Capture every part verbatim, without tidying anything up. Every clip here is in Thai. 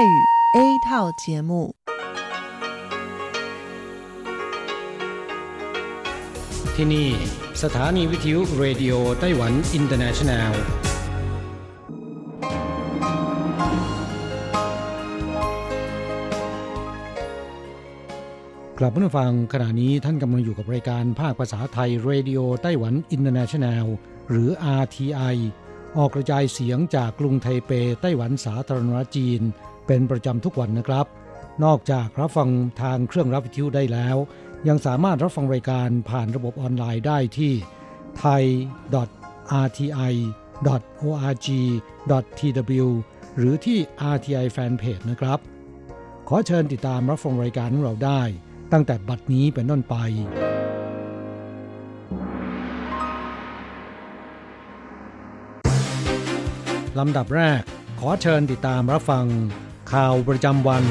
语 A 套节目。 ที่นี่สถานีวิทยุเรดิโอไต้หวันอินเตอร์เนชั่นแนลกลับมาฟังขณะนี้ท่านกำลังอยู่กับรายการภาคภาษาไทยเรดิโอไต้หวันอินเตอร์เนชั่นแนลหรือ อาร์ ที ไอ ออกกระจายเสียงจากกรุงไทเปไต้หวันสาธารณรัฐจีนเป็นประจำทุกวันนะครับนอกจากรับฟังทางเครื่องรับวิทยุได้แล้วยังสามารถรับฟังรายการผ่านระบบออนไลน์ได้ที่ ไทย ดอท อาร์ ที ไอ ดอท โอ อาร์ จี ดอท ที ดับเบิลยู หรือที่ อาร์ ที ไอ Fanpage นะครับขอเชิญติดตามรับฟังรายการของเราได้ตั้งแต่บัดนี้เป็นต้นไปลำดับแรกขอเชิญติดตามรับฟังข่าวประจำวัน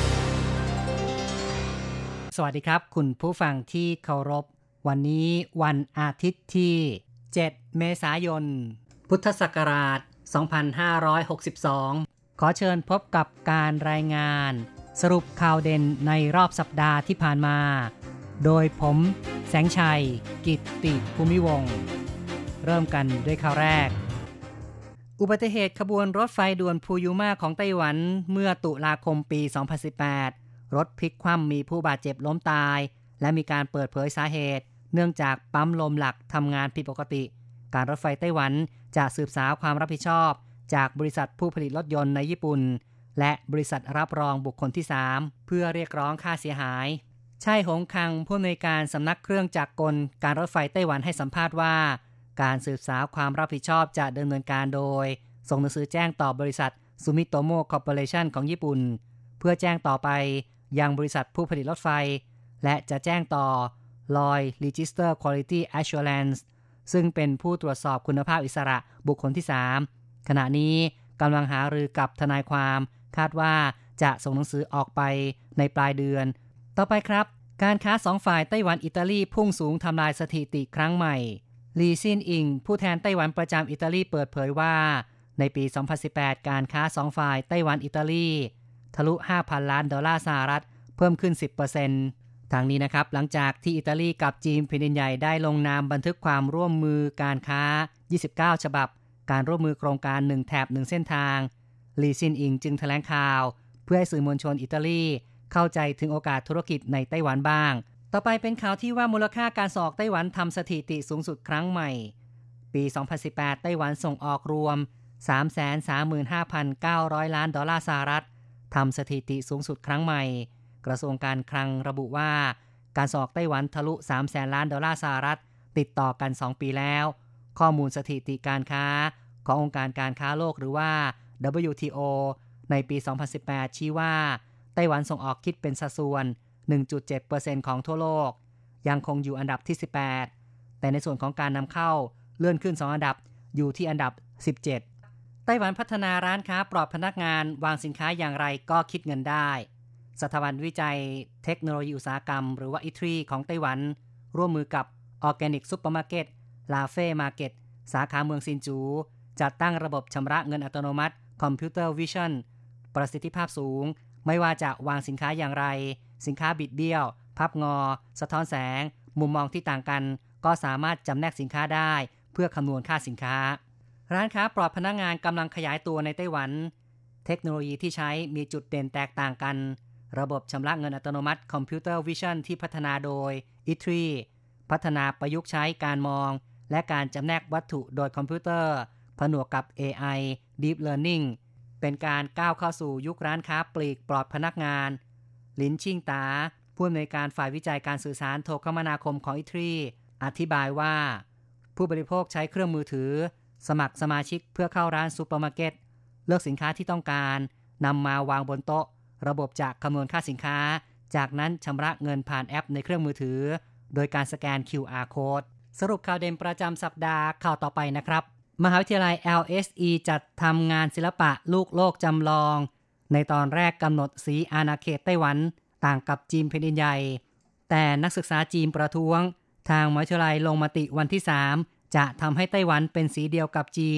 สวัสดีครับคุณผู้ฟังที่เคารพวันนี้วันอาทิตย์ที่เจ็ดเมษายนพุทธศักราชสองพันห้าร้อยหกสิบสองขอเชิญพบกับการรายงานสรุปข่าวเด่นในรอบสัปดาห์ที่ผ่านมาโดยผมแสงชัยกิตติภูมิวงศ์เริ่มกันด้วยข่าวแรกอุบัติเหตุขบวนรถไฟด่วนพูยูมาของไต้หวันเมื่อตุลาคมปีสองพันสิบแปดรถพลิกคว่ำมีผู้บาดเจ็บล้มตายและมีการเปิดเผยสาเหตุเนื่องจากปั๊มลมหลักทำงานผิดปกติการรถไฟไต้หวันจะสืบสาวความรับผิดชอบจากบริษัทผู้ผลิตรถยนต์ในญี่ปุ่นและบริษัทรับรองบุคคลที่สามเพื่อเรียกร้องค่าเสียหายไช่หงคังผู้อำนวยการสำนักเครื่องจักรกลการรถไฟไต้หวันให้สัมภาษณ์ว่าการสืบสาวความรับผิดชอบจะดำเนินการโดยส่งหนังสือแจ้งต่อบริษัทซูมิโตโมคอร์ปอเรชั่นของญี่ปุ่นเพื่อแจ้งต่อไปยังบริษัทผู้ผลิตรถไฟและจะแจ้งต่อ Lloyd Register Quality Assurance ซึ่งเป็นผู้ตรวจสอบคุณภาพอิสระบุคคลที่สามขณะนี้กำลังหารือกับทนายความคาดว่าจะส่งหนังสือออกไปในปลายเดือนต่อไปครับการค้าสองฝ่ายไต้หวันอิตาลีพุ่งสูงทำลายสถิติครั้งใหม่ลีซินอิงผู้แทนไต้หวันประจำอิตาลีเปิดเผยว่าในปีสองพันสิบแปดการค้าสองฝ่ายไต้หวันอิตาลีทะลุ ห้าพัน ล้านดอลลาร์สหรัฐเพิ่มขึ้น สิบเปอร์เซ็นต์ ทางนี้นะครับหลังจากที่อิตาลีกับจีนแผ่นดินใหญ่ได้ลงนามบันทึกความร่วมมือการค้ายี่สิบเก้าฉบับการร่วมมือโครงการหนึ่งแถบหนึ่งเส้นทางลีซินอิงจึงแถลงข่าวเพื่อให้สื่อมวลชนอิตาลีเข้าใจถึงโอกาสธุรกิจในไต้หวันบ้างต่อไปเป็นข่าวที่ว่ามูลค่าการส่งออกไต้หวันทำสถิติสูงสุดครั้งใหม่ปีสองพันสิบแปดไต้หวันส่งออกรวม สามแสนสามหมื่นห้าพันเก้าร้อย ล้านดอลลาร์สหรัฐทำสถิติสูงสุดครั้งใหม่กระทรวงการคลังระบุว่าการส่งออกไต้หวันทะลุสามแสนล้านดอลลาร์สหรัฐติดต่อกันสองปีแล้วข้อมูลสถิติการค้าขององค์การการค้าโลกหรือว่า ดับเบิลยู ที โอ ในปีสองพันสิบแปดชี้ว่าไต้หวันส่งออกคิดเป็นสัดส่วน หนึ่งจุดเจ็ดเปอร์เซ็นต์ ของทั่วโลกยังคงอยู่อันดับที่สิบแปดแต่ในส่วนของการนำเข้าเลื่อนขึ้นสองอันดับอยู่ที่อันดับสิบเจ็ดไต้หวันพัฒนาร้านค้าปลอดพนักงานวางสินค้าอย่างไรก็คิดเงินได้สถาบันวิจัยเทคโนโลยีอุตสาหกรรมหรือว่า อี ทรี ของไต้หวันร่วมมือกับ Organic Supermarket Lafe Market สาขาเมืองซินจูจัดตั้งระบบชำระเงินอัตโนมัติ Computer Vision ประสิทธิภาพสูงไม่ว่าจะวางสินค้าอย่างไรสินค้าบิดเบี้ยวพับงอสะท้อนแสงมุมมองที่ต่างกันก็สามารถจำแนกสินค้าได้เพื่อคำนวณค่าสินค้าร้านค้าปลอดพนักงานกำลังขยายตัวในไต้หวันเทคโนโลยีที่ใช้มีจุดเด่นแตกต่างกันระบบชำระเงินอัตโนมัติ Computer Vision ที่พัฒนาโดย อี ทรี พัฒนาประยุกต์ใช้การมองและการจำแนกวัตถุโดยคอมพิวเตอร์ผนวกกับ เอ ไอ Deep Learning เป็นการก้าวเข้าสู่ยุคร้านค้าปลีกปลอดพนักงานหลินชิงตาผู้อำนวยการฝ่ายวิจัยการสื่อสารโทรคมนาคมของ อี ทรี อธิบายว่าผู้บริโภคใช้เครื่องมือถือสมัครสมาชิกเพื่อเข้าร้านซูเปอร์มาร์เก็ตเลือกสินค้าที่ต้องการนำมาวางบนโต๊ะระบบจะคำนวณค่าสินค้าจากนั้นชำระเงินผ่านแอปในเครื่องมือถือโดยการสแกน คิว อาร์ Code สรุปข่าวเด่นประจำสัปดาห์ข่าวต่อไปนะครับมหาวิทยาลัย แอล เอส อี จัดทำงานศิลปะลูกโลกจำลองในตอนแรกกำหนดสีอาณาเขตไต้หวันต่างกับจีนแผ่นดินใหญ่แต่นักศึกษาจีนประท้วงทางมหาวิทยาลัยลงมติวันที่สามจะทำให้ไต้หวันเป็นสีเดียวกับจีน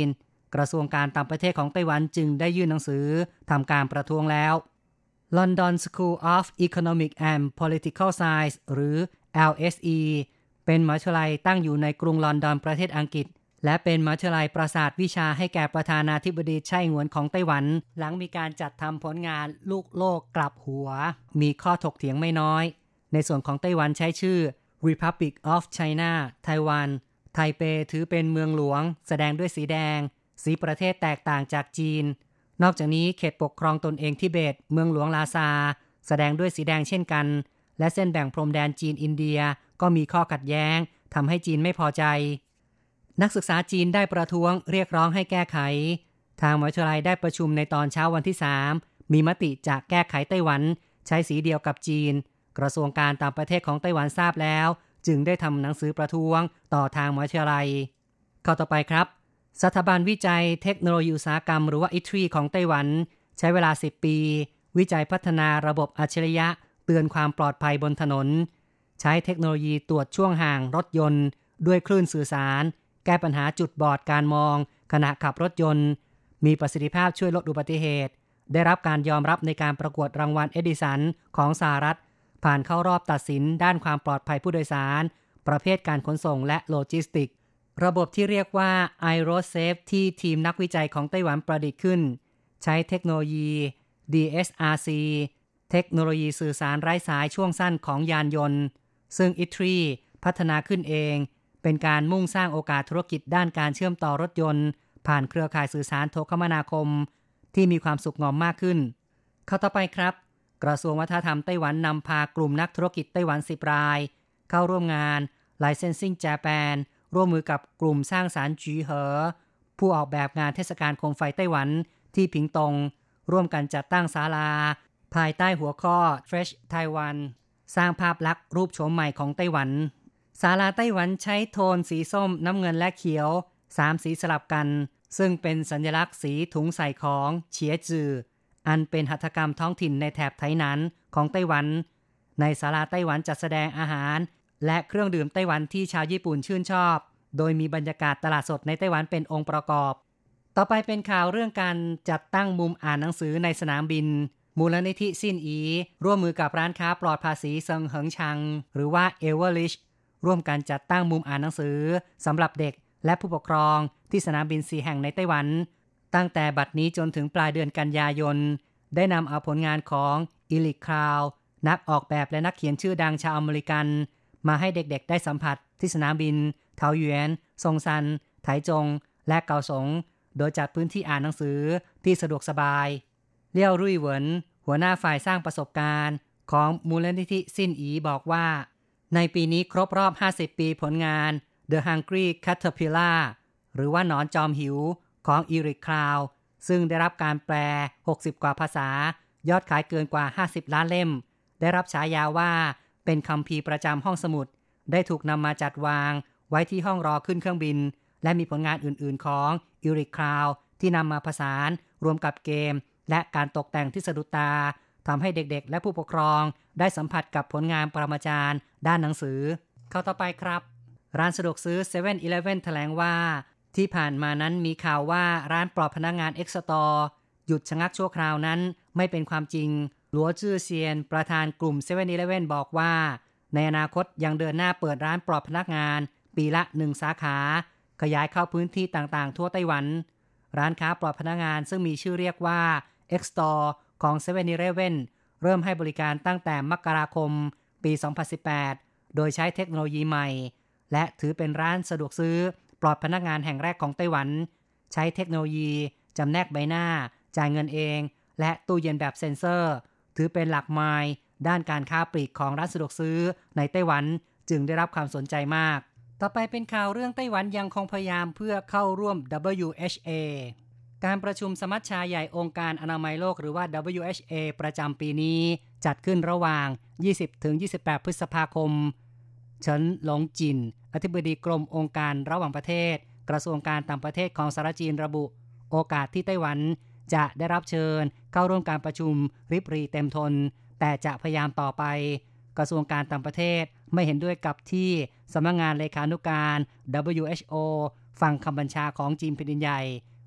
กระทรวงการต่างประเทศของไต้หวันจึงได้ยื่นหนังสือทำการประท้วงแล้ว London School of Economic and Political Science หรือ แอล เอส อี เป็นมหาวิทยาลัยตั้งอยู่ในกรุงลอนดอนประเทศอังกฤษและเป็นมหาวิทยาลัยประสาทวิชาให้แก่ประธานาธิบดีไช่หงวนของไต้หวันหลังมีการจัดทำผลงานลูกโลกกลับหัวมีข้อถกเถียงไม่น้อยในส่วนของไต้หวันใช้ชื่อ Republic of China Taiwan ไทเปถือเป็นเมืองหลวงแสดงด้วยสีแดงสีประเทศแตกต่างจากจีนนอกจากนี้เขตปกครองตนเองทิเบตเมืองหลวงลาซาแสดงด้วยสีแดงเช่นกันและเส้นแบ่งพรมแดนจีนอินเดียก็มีข้อขัดแย้งทำให้จีนไม่พอใจนักศึกษาจีนได้ประท้วงเรียกร้องให้แก้ไขทางมหาวิทยาลัยได้ประชุมในตอนเช้าวันที่สามมีมติจะแก้ไขไต้หวันใช้สีเดียวกับจีนกระทรวงการต่างประเทศของไต้หวันทราบแล้วจึงได้ทำหนังสือประท้วงต่อทางมหาวิทยาลัยเข้าต่อไปครับสถาบันวิจัยเทคโนโลยีอุตสาหกรรมหรือว่า ไอ ที อาร์ ไอ ของไต้หวันใช้เวลาสิบปีวิจัยพัฒนาระบบอัจฉริยะเตือนความปลอดภัยบนถนนใช้เทคโนโลยีตรวจช่วงห่างรถยนต์ด้วยคลื่นสื่อสารแก้ปัญหาจุดบอดการมองขณะขับรถยนต์มีประสิทธิภาพช่วยลดอุบัติเหตุได้รับการยอมรับในการประกวดรางวัลเอดิสันของสหรัฐผ่านเข้ารอบตัดสินด้านความปลอดภัยผู้โดยสารประเภทการขนส่งและโลจิสติกระบบที่เรียกว่า iRoadSafe ที่ทีมนักวิจัยของไต้หวันประดิษฐ์ขึ้นใช้เทคโนโลยี ดี เอส อาร์ ซี เทคโนโลยีสื่อสารไร้สายช่วงสั้นของยานยนต์ซึ่ง ไอ ที อาร์ ไอ พัฒนาขึ้นเองเป็นการมุ่งสร้างโอกาสธุรกิจด้านการเชื่อมต่อรถยนต์ผ่านเครือข่ายสื่อสารโทรคมนาคมที่มีความสุขงอมมากขึ้นเข้าต่อไปครับกระทรวงวัฒนธรรมไต้หวันนำพากลุ่มนักธุรกิจไต้หวันสิบรายเข้าร่วมงาน Licensing Japan ร่วมมือกับกลุ่มสร้างสรรค์จีเหอผู้ออกแบบงานเทศกาลโคมไฟไต้หวันที่ผิงตงร่วมกันจัดตั้งศาลาภายใต้หัวข้อ Fresh Taiwan สร้างภาพลักษณ์รูปโฉมใหม่ของไต้หวันศาลาไต้หวันใช้โทนสีส้มน้ำเงินและเขียวสามสีสลับกันซึ่งเป็นสัญลักษณ์สีถุงใส่ของเฉียจืออันเป็นหัตถกรรมท้องถิ่นในแถบไถหนานของไต้หวันในศาลาไต้หวันจัดแสดงอาหารและเครื่องดื่มไต้หวันที่ชาวญี่ปุ่นชื่นชอบโดยมีบรรยากาศตลาดสดในไต้หวันเป็นองค์ประกอบต่อไปเป็นข่าวเรื่องการจัดตั้งมุมอ่านหนังสือในสนามบินมูลนิธิซินอีร่วมมือกับร้านค้าปลอดภาษีเซิงเหิงชังหรือว่าเอเวอร์ลิชร่วมกันจัดตั้งมุมอ่านหนังสือสำหรับเด็กและผู้ปกครองที่สนามบินสี่แห่งในไต้หวันตั้งแต่บัดนี้จนถึงปลายเดือนกันยายนได้นำเอาผลงานของอิลิคราวนักออกแบบและนักเขียนชื่อดังชาวอเมริกันมาให้เด็กๆได้สัมผัสที่สนามบินเทาหยวนซงซันไถจงและเกาสงโดยจัดพื้นที่อ่านหนังสือที่สะดวกสบายเลี่ยวรุ่ยเหวินหัวหน้าฝ่ายสร้างประสบการณ์ของมูลนิธิซินอีบอกว่าในปีนี้ครบรอบห้าสิบปีผลงาน The Hungry Caterpillar หรือว่าหนอนจอมหิวของอีริคคราวซึ่งได้รับการแปลหกสิบกว่าภาษายอดขายเกินกว่าห้าสิบล้านเล่มได้รับฉายาว่าเป็นคัมภีร์ประจำห้องสมุดได้ถูกนำมาจัดวางไว้ที่ห้องรอขึ้นเครื่องบินและมีผลงานอื่นๆของอีริคคราวที่นำมาผสานรวมกับเกมและการตกแต่งที่สะดุดตาทำให้เด็กๆและผู้ปกครองได้สัมผัสกับผลงานปรมาจารย์ด้านหนังสือเข้าต่อไปครับร้านสะดวกซื้อ เซเว่นอีเลฟเว่น แถลงว่าที่ผ่านมานั้นมีข่าวว่าร้านปลอบพนักงาน X Store หยุดชะงักชั่วคราวนั้นไม่เป็นความจริงหลัวจื้อเซียนประธานกลุ่ม เซเว่นอีเลฟเว่น บอกว่าในอนาคตยังเดินหน้าเปิดร้านปลอบพนักงานปีละหนึ่งสาขาขยายเข้าพื้นที่ต่างๆทั่วไต้หวันร้านค้าปลอบพนักงานซึ่งมีชื่อเรียกว่า X Store ของ เซเว่นอีเลฟเว่น เริ่มให้บริการตั้งแต่มกราคมปีสองพันสิบแปดโดยใช้เทคโนโลยีใหม่และถือเป็นร้านสะดวกซื้อปลอดพนักงานแห่งแรกของไต้หวันใช้เทคโนโลยีจำแนกใบหน้าจ่ายเงินเองและตู้เย็นแบบเซ็นเซอร์ถือเป็นหลักไมล์ด้านการค้าปลีกของร้านสะดวกซื้อในไต้หวันจึงได้รับความสนใจมากต่อไปเป็นข่าวเรื่องไต้หวันยังคงพยายามเพื่อเข้าร่วม ดับเบิลยู เอช เอ การประชุมสมัชชาใหญ่องค์การอนามัยโลกหรือว่า ดับเบิลยู เอช เอ ประจำปีนี้จัดขึ้นระหว่าง ยี่สิบถึงยี่สิบแปด พฤษภาคมเฉินหลงจินอธิบดีกรมองค์การระหว่างประเทศกระทรวงการต่างประเทศของสหรัฐจีนระบุโอกาสที่ไต้หวันจะได้รับเชิญเข้าร่วมการประชุมริบรีเต็มทนแต่จะพยายามต่อไปกระทรวงการต่างประเทศไม่เห็นด้วยกับที่สำนักงานเลขานุการ ดับเบิลยู เอช โอ ฟังคำบัญชาของจีนแผ่นดินใหญ่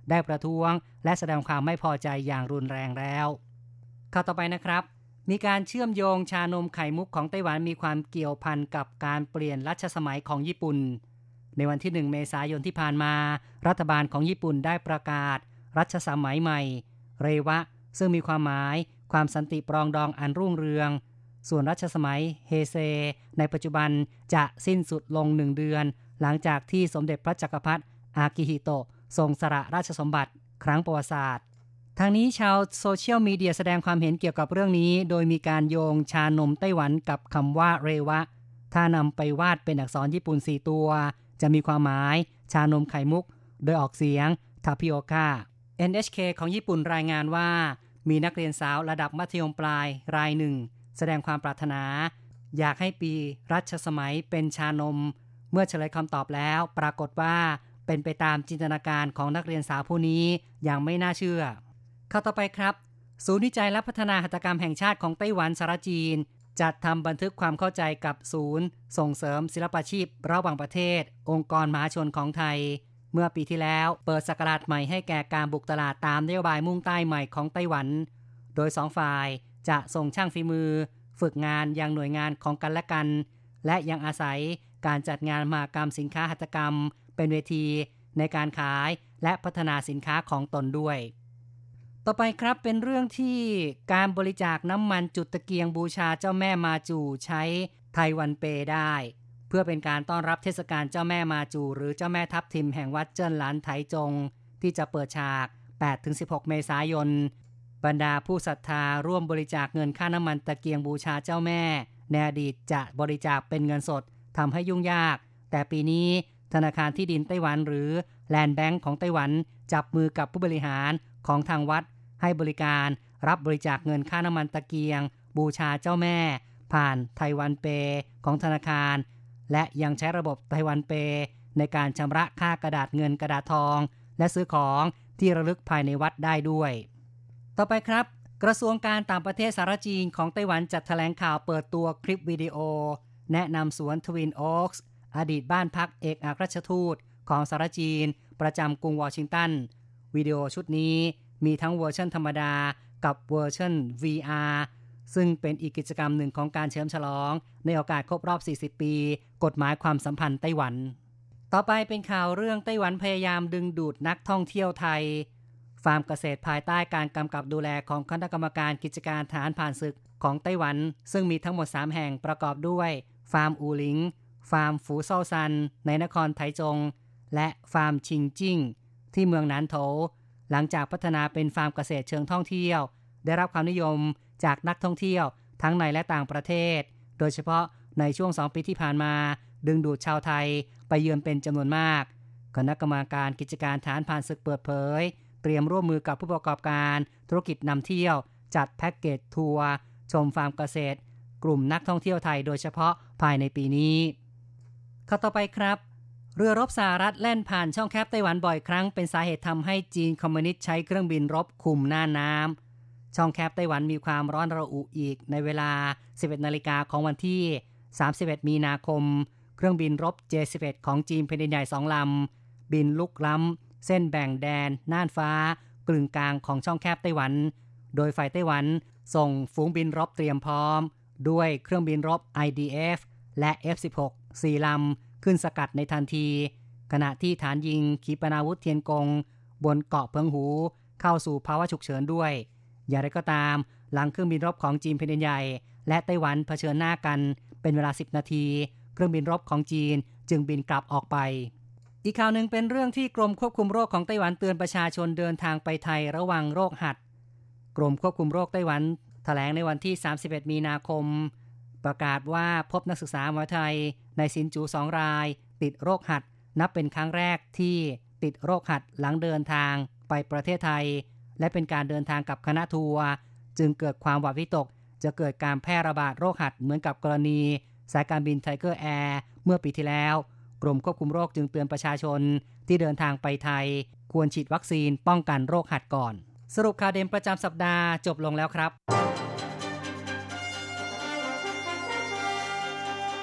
ได้ประท้วงและแสดงความไม่พอใจอย่างรุนแรงแล้วข่าวต่อไปนะครับมีการเชื่อมโยงชานมไข่มุกของไต้หวันมีความเกี่ยวพันกับการเปลี่ยนรัชสมัยของญี่ปุ่นในวันที่หนึ่งเมษายนที่ผ่านมารัฐบาลของญี่ปุ่นได้ประกาศรัชสมัยใหม่เรวะซึ่งมีความหมายความสันติปรองดองอันรุ่งเรืองส่วนรัชสมัยเฮเซในปัจจุบันจะสิ้นสุดลงหนึ่งเดือนหลังจากที่สมเด็จพระจักรพรรดิอากิฮิโตะทรงสละราชสมบัติครั้งประวัติศาสตร์ทางนี้ชาวโซเชียลมีเดียแสดงความเห็นเกี่ยวกับเรื่องนี้โดยมีการโยงชานมไต้หวันกับคำว่าเรวะถ้านำไปวาดเป็นอักษรญี่ปุ่นสี่ตัวจะมีความหมายชานมไข่มุกโดยออกเสียงทาพิโอคา เอ็น เอช เค ของญี่ปุ่นรายงานว่ามีนักเรียนสาวระดับมัธยมปลายรายหนึ่งแสดงความปรารถนาอยากให้ปีรัชสมัยเป็นชานมเมื่อเฉลยคำตอบแล้วปรากฏว่าเป็นไปตามจินตนาการของนักเรียนสาวผู้นี้อย่างไม่น่าเชื่อข้อต่อไปครับศูนย์วิจัยและพัฒนาหัตถกรรมแห่งชาติของไต้หวันสาธารณรัฐจีนจัดทำบันทึกความเข้าใจกับศูนย์ส่งเสริมศิลปาชีพระหว่างประเทศองค์กรมหาชนของไทยเมื่อปีที่แล้วเปิดศักราชใหม่ให้แก่การบุกตลาดตามนโยบายมุ่งใต้ใหม่ของไต้หวันโดยสองฝ่ายจะส่งช่างฝีมือฝึกงานยังหน่วยงานของกันและกันและยังอาศัยการจัดงานมหกรรมสินค้าหัตถกรรมเป็นเวทีในการขายและพัฒนาสินค้าของตนด้วยต่อไปครับเป็นเรื่องที่การบริจาคน้ำมันจุดตะเกียงบูชาเจ้าแม่มาจูใช้ไทวันเปได้เพื่อเป็นการต้อนรับเทศกาลเจ้าแม่มาจูหรือเจ้าแม่ทับทิมแห่งวัดเจิ้นหลานไถจงที่จะเปิดฉาก แปดถึงสิบหก เมษายนบรรดาผู้ศรัทธาร่วมบริจาคเงินค่าน้ำมันตะเกียงบูชาเจ้าแม่ในอดีตจะบริจาคเป็นเงินสดทำให้ยุ่งยากแต่ปีนี้ธนาคารที่ดินไต้หวันหรือแลนด์แบงก์ของไต้หวันจับมือกับผู้บริหารของทางวัดให้บริการรับบริจาคเงินค่าน้ำมันตะเกียงบูชาเจ้าแม่ผ่านไทวันเปของธนาคารและยังใช้ระบบไทวันเปในการชำระค่ากระดาษเงินกระดาษทองและซื้อของที่ระลึกภายในวัดได้ด้วยต่อไปครับกระทรวงการต่างประเทศสาธารณจีนของไต้หวันจัดแถลงข่าวเปิดตัวคลิปวิดีโอแนะนำสวนทวินโอ๊กส์อดีตบ้านพักเอกอัครราชทูตของสาธารณจีนประจำกรุงวอชิงตันวิดีโอชุดนี้มีทั้งเวอร์ชันธรรมดากับเวอร์ชัน วี อาร์ ซึ่งเป็นอีกกิจกรรมหนึ่งของการเฉลิมฉลองในโอกาสครบรอบสี่สิบปีกฎหมายความสัมพันธ์ไต้หวันต่อไปเป็นข่าวเรื่องไต้หวันพยายามดึงดูดนักท่องเที่ยวไทยฟาร์มเกษตรภายใต้การกำกับดูแลของคณะกรรมการกิจการทหารผ่านศึกของไต้หวันซึ่งมีทั้งหมดสามแห่งประกอบด้วยฟาร์มอูหลิงฟาร์มฝูเซาซันในนครไถจงและฟาร์มชิงจิ้งที่เมืองนานโถหลังจากพัฒนาเป็นฟาร์มเกษตรเชิงท่องเที่ยวได้รับความนิยมจากนักท่องเที่ยวทั้งในและต่างประเทศโดยเฉพาะในช่วงสองปีที่ผ่านมาดึงดูดชาวไทยไปเยือนเป็นจำนวนมากคณะกรรมการกิจการทหารผ่านศึกเปิดเผยเตรียมร่วมมือกับผู้ประกอบการธุรกิจนำเที่ยวจัดแพ็กเกจทัวร์ชมฟาร์มเกษตรกลุ่มนักท่องเที่ยวไทยโดยเฉพาะภายในปีนี้ข้อต่อไปครับเรือรบสหรัฐแล่นผ่านช่องแคบไต้หวันบ่อยครั้งเป็นสาเหตุทำให้จีนคอมมิวนิสต์ใช้เครื่องบินรบคุมหน้าน้ำช่องแคบไต้หวันมีความร้อนระอุอีกในเวลา สิบเอ็ดนาฬิกาของวันที่สามสิบเอ็ดมีนาคมเครื่องบินรบ เจ สิบเอ็ด ของจีนแผ่นดินใหญ่สองลำบินลุกล้ำเส้นแบ่งแดนน่านฟ้ากึ่งกลางของช่องแคบไต้หวันโดยฝ่ายไต้หวันส่งฝูงบินรบเตรียมพร้อมด้วยเครื่องบินรบ ไอ ดี เอฟ และ เอฟ สิบหก สี่ลำขึ้นสกัดในทันทีขณะที่ฐานยิงขีปนาวุธเทียนกงบนเกาะเพิงหูเข้าสู่ภาวะฉุกเฉินด้วยอย่างไรก็ตามหลังเครื่องบินรบของจีนแผ่นดินใหญ่และไต้หวันเผชิญหน้ากันเป็นเวลาสิบนาทีเครื่องบินรบของจีนจึงบินกลับออกไปอีกข่าวหนึ่งเป็นเรื่องที่กรมควบคุมโรคของไต้หวันเตือนประชาชนเดินทางไปไทยระวังโรคหัดกรมควบคุมโรคไต้หวันแถลงในวันที่สามสิบเอ็ดมีนาคมประกาศว่าพบนักศึกษามหาวิทยาลัยในซินจูสองรายติดโรคหัดนับเป็นครั้งแรกที่ติดโรคหัดหลังเดินทางไปประเทศไทยและเป็นการเดินทางกับคณะทัวร์จึงเกิดความหวาดวิตกจะเกิดการแพร่ระบาดโรคหัดเหมือนกับกรณีสายการบินไทเกอร์แอร์เมื่อปีที่แล้วกรมควบคุมโรคจึงเตือนประชาชนที่เดินทางไปไทยควรฉีดวัคซีนป้องกันโรคหัดก่อนสรุปข่าวเด่นประจำสัปดาห์จบลงแล้วครับ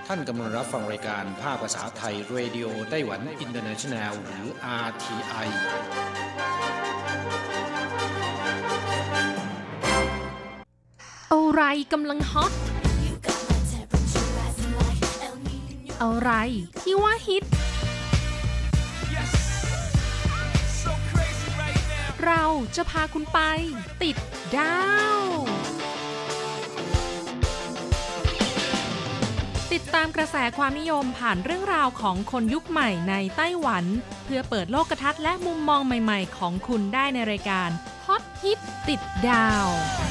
ท่านกำลังรับฟังรายการภาคภาษาไทย Radio ไต้หวัน International หรือ อาร์ ที ไออะไรกำลังฮอตอะไรที่ว่าฮิตเราจะพาคุณไปติดดาวติดตามกระแสความนิยมผ่านเรื่องราวของคนยุคใหม่ในไต้หวันเพื่อเปิดโลกทัศน์และมุมมองใหม่ๆของคุณได้ในรายการฮอตฮิตติดดาว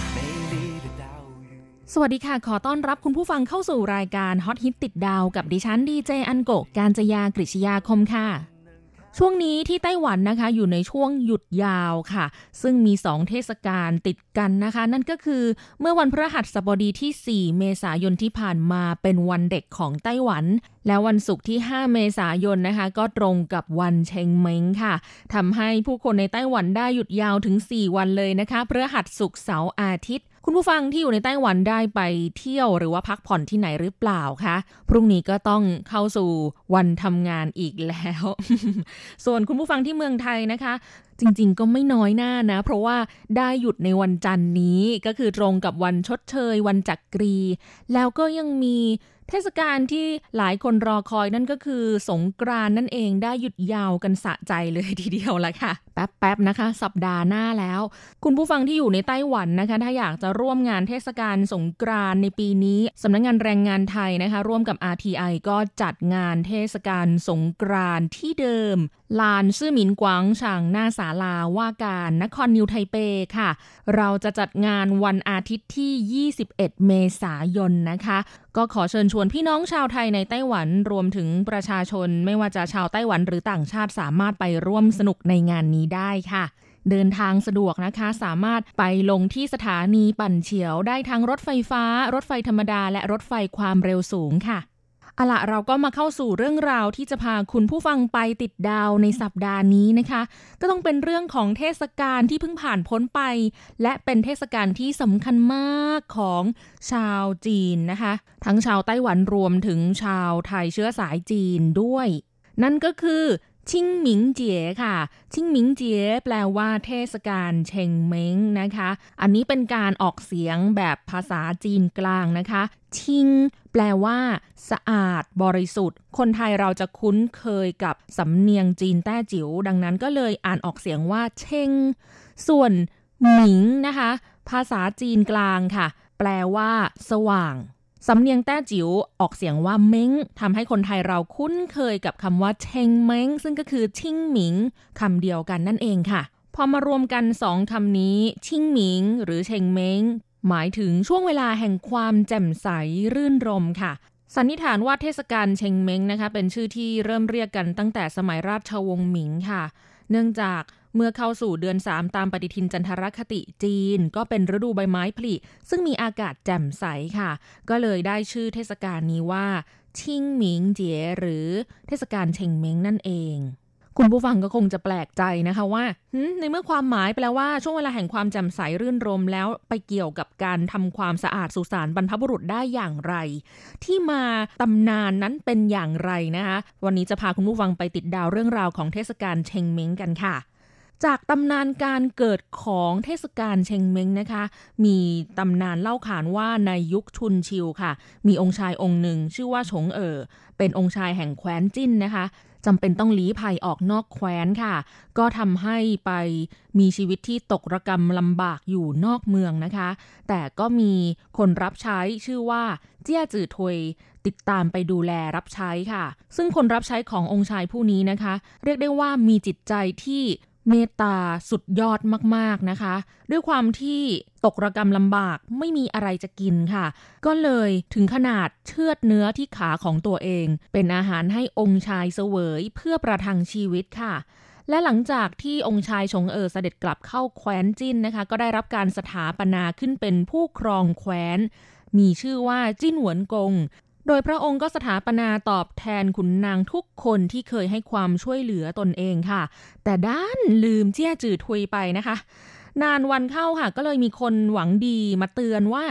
สวัสดีค่ะขอต้อนรับคุณผู้ฟังเข้าสู่รายการฮอตฮิตติดดาวกับดิฉันดีเจอันโกะกาญจยากฤษยาคมค่ะช่วงนี้ที่ไต้หวันนะคะอยู่ในช่วงหยุดยาวค่ะซึ่งมีสองเทศกาลติดกันนะคะนั่นก็คือเมื่อวันพฤหัสบดีที่สี่เมษายนที่ผ่านมาเป็นวันเด็กของไต้หวันแล้ววันศุกร์ที่ห้าเมษายนนะคะก็ตรงกับวันเชงเม้งค่ะทำให้ผู้คนในไต้หวันได้หยุดยาวถึงสี่วันเลยนะคะพฤหัสศุกร์เสาร์อาทิตย์คุณผู้ฟังที่อยู่ในไต้หวันได้ไปเที่ยวหรือว่าพักผ่อนที่ไหนหรือเปล่าคะพรุ่งนี้ก็ต้องเข้าสู่วันทำงานอีกแล้ว ส่วนคุณผู้ฟังที่เมืองไทยนะคะจริงๆก็ไม่น้อยหน้านะเพราะว่าได้หยุดในวันจันทร์นี้ก็คือตรงกับวันชดเชยวันจักรีแล้วก็ยังมีเทศกาลที่หลายคนรอคอยนั่นก็คือสงกรานต์นั่นเองได้หยุดยาวกันสะใจเลยทีเดียวละค่ะแป๊บๆนะคะสัปดาห์หน้าแล้วคุณผู้ฟังที่อยู่ในไต้หวันนะคะถ้าอยากจะร่วมงานเทศกาลสงกรานต์ในปีนี้สำนักงานแรงงานไทยนะคะร่วมกับ อาร์ ที ไอ ก็จัดงานเทศกาลสงกรานต์ที่เดิมลานซื่อหมินกวางฉางหน้าศาลาว่าการนครนิวไทเปค่ะเราจะจัดงานวันอาทิตย์ที่ยี่สิบเอ็ดเมษายนนะคะก็ขอเชิญชวนพี่น้องชาวไทยในไต้หวันรวมถึงประชาชนไม่ว่าจะชาวไต้หวันหรือต่างชาติสามารถไปร่วมสนุกในงานนี้ได้ค่ะเดินทางสะดวกนะคะสามารถไปลงที่สถานีปั่นเฉียวได้ทั้งรถไฟฟ้ารถไฟธรรมดาและรถไฟความเร็วสูงค่ะเอาล่ะเราก็มาเข้าสู่เรื่องราวที่จะพาคุณผู้ฟังไปติดดาวในสัปดาห์นี้นะคะก็ต้องเป็นเรื่องของเทศกาลที่เพิ่งผ่านพ้นไปและเป็นเทศกาลที่สำคัญมากของชาวจีนนะคะทั้งชาวไต้หวันรวมถึงชาวไทยเชื้อสายจีนด้วยนั่นก็คือชิงหมิงเจี๋ยค่ะชิงหมิงเจี๋ยแปลว่าเทศกาลเชงเม้งนะคะอันนี้เป็นการออกเสียงแบบภาษาจีนกลางนะคะชิงแปลว่าสะอาดบริสุทธิ์คนไทยเราจะคุ้นเคยกับสำเนียงจีนแต้จิ๋วดังนั้นก็เลยอ่านออกเสียงว่าเชงส่วนหมิงนะคะภาษาจีนกลางค่ะแปลว่าสว่างสำเนียงแต้จิ๋วออกเสียงว่าเม้งทำให้คนไทยเราคุ้นเคยกับคำว่าเชงเม้งซึ่งก็คือชิงหมิงคำเดียวกันนั่นเองค่ะพอมารวมกันสองคำนี้ชิงหมิงหรือเชงเม้งหมายถึงช่วงเวลาแห่งความแจ่มใสรื่นรมค่ะสันนิษฐานว่าเทศกาลเชงเม้งนะคะเป็นชื่อที่เริ่มเรียกกันตั้งแต่สมัยราชวงศ์หมิงค่ะเนื่องจากเมื่อเข้าสู่เดือนสามตามปฏิทินจันทรคติจีนก็เป็นฤดูใบไม้ผลิซึ่งมีอากาศแจ่มใสค่ะก็เลยได้ชื่อเทศกาลนี้ว่าชิงหมิงเจี๋ยหรือเทศกาลเชงเม้งนั่นเองคุณผู้ฟังก็คงจะแปลกใจนะคะว่าในเมื่อความหมายแปลว่าช่วงเวลาแห่งความแจ่มใสรื่นรมแล้วไปเกี่ยวกับการทำความสะอาดสุสานบรรพบุรุษได้อย่างไรที่มาตำนานนั้นเป็นอย่างไรนะคะวันนี้จะพาคุณผู้ฟังไปติดดาวเรื่องราวของเทศกาลเชงเม้งกันค่ะจากตำนานการเกิดของเทศกาลเชงเม้งนะคะมีตำนานเล่าขานว่าในยุคชุนชิวค่ะมีองค์ชายองค์หนึ่งชื่อว่าฉงเอ๋อเป็นองค์ชายแห่งแคว้นจิ้นนะคะจำเป็นต้องลี้ภัยออกนอกแคว้นค่ะก็ทำให้ไปมีชีวิตที่ตกระกำลำบากอยู่นอกเมืองนะคะแต่ก็มีคนรับใช้ชื่อว่าเจี้ยจื่อทวยติดตามไปดูแลรับใช้ค่ะซึ่งคนรับใช้ขององค์ชายผู้นี้นะคะเรียกได้ว่ามีจิตใจที่เมตตาสุดยอดมากๆนะคะด้วยความที่ตกระกำลำบากไม่มีอะไรจะกินค่ะก็เลยถึงขนาดเชือดเนื้อที่ขาของตัวเองเป็นอาหารให้องค์ชายเสวยเพื่อประทังชีวิตค่ะและหลังจากที่องค์ชายฉงเอ๋อเสด็จกลับเข้าแคว้นจิ้นนะคะก็ได้รับการสถาปนาขึ้นเป็นผู้ครองแคว้นมีชื่อว่าจิ้นหวนกงโดยพระองค์ก็สถาปนาตอบแทนขุนนางทุกคนที่เคยให้ความช่วยเหลือตนเองค่ะแต่ด้านลืมเจี้ยจื่อทวยไปนะคะนานวันเข้าค่ะก็เลยมีคนหวังดีมาเตือนว่า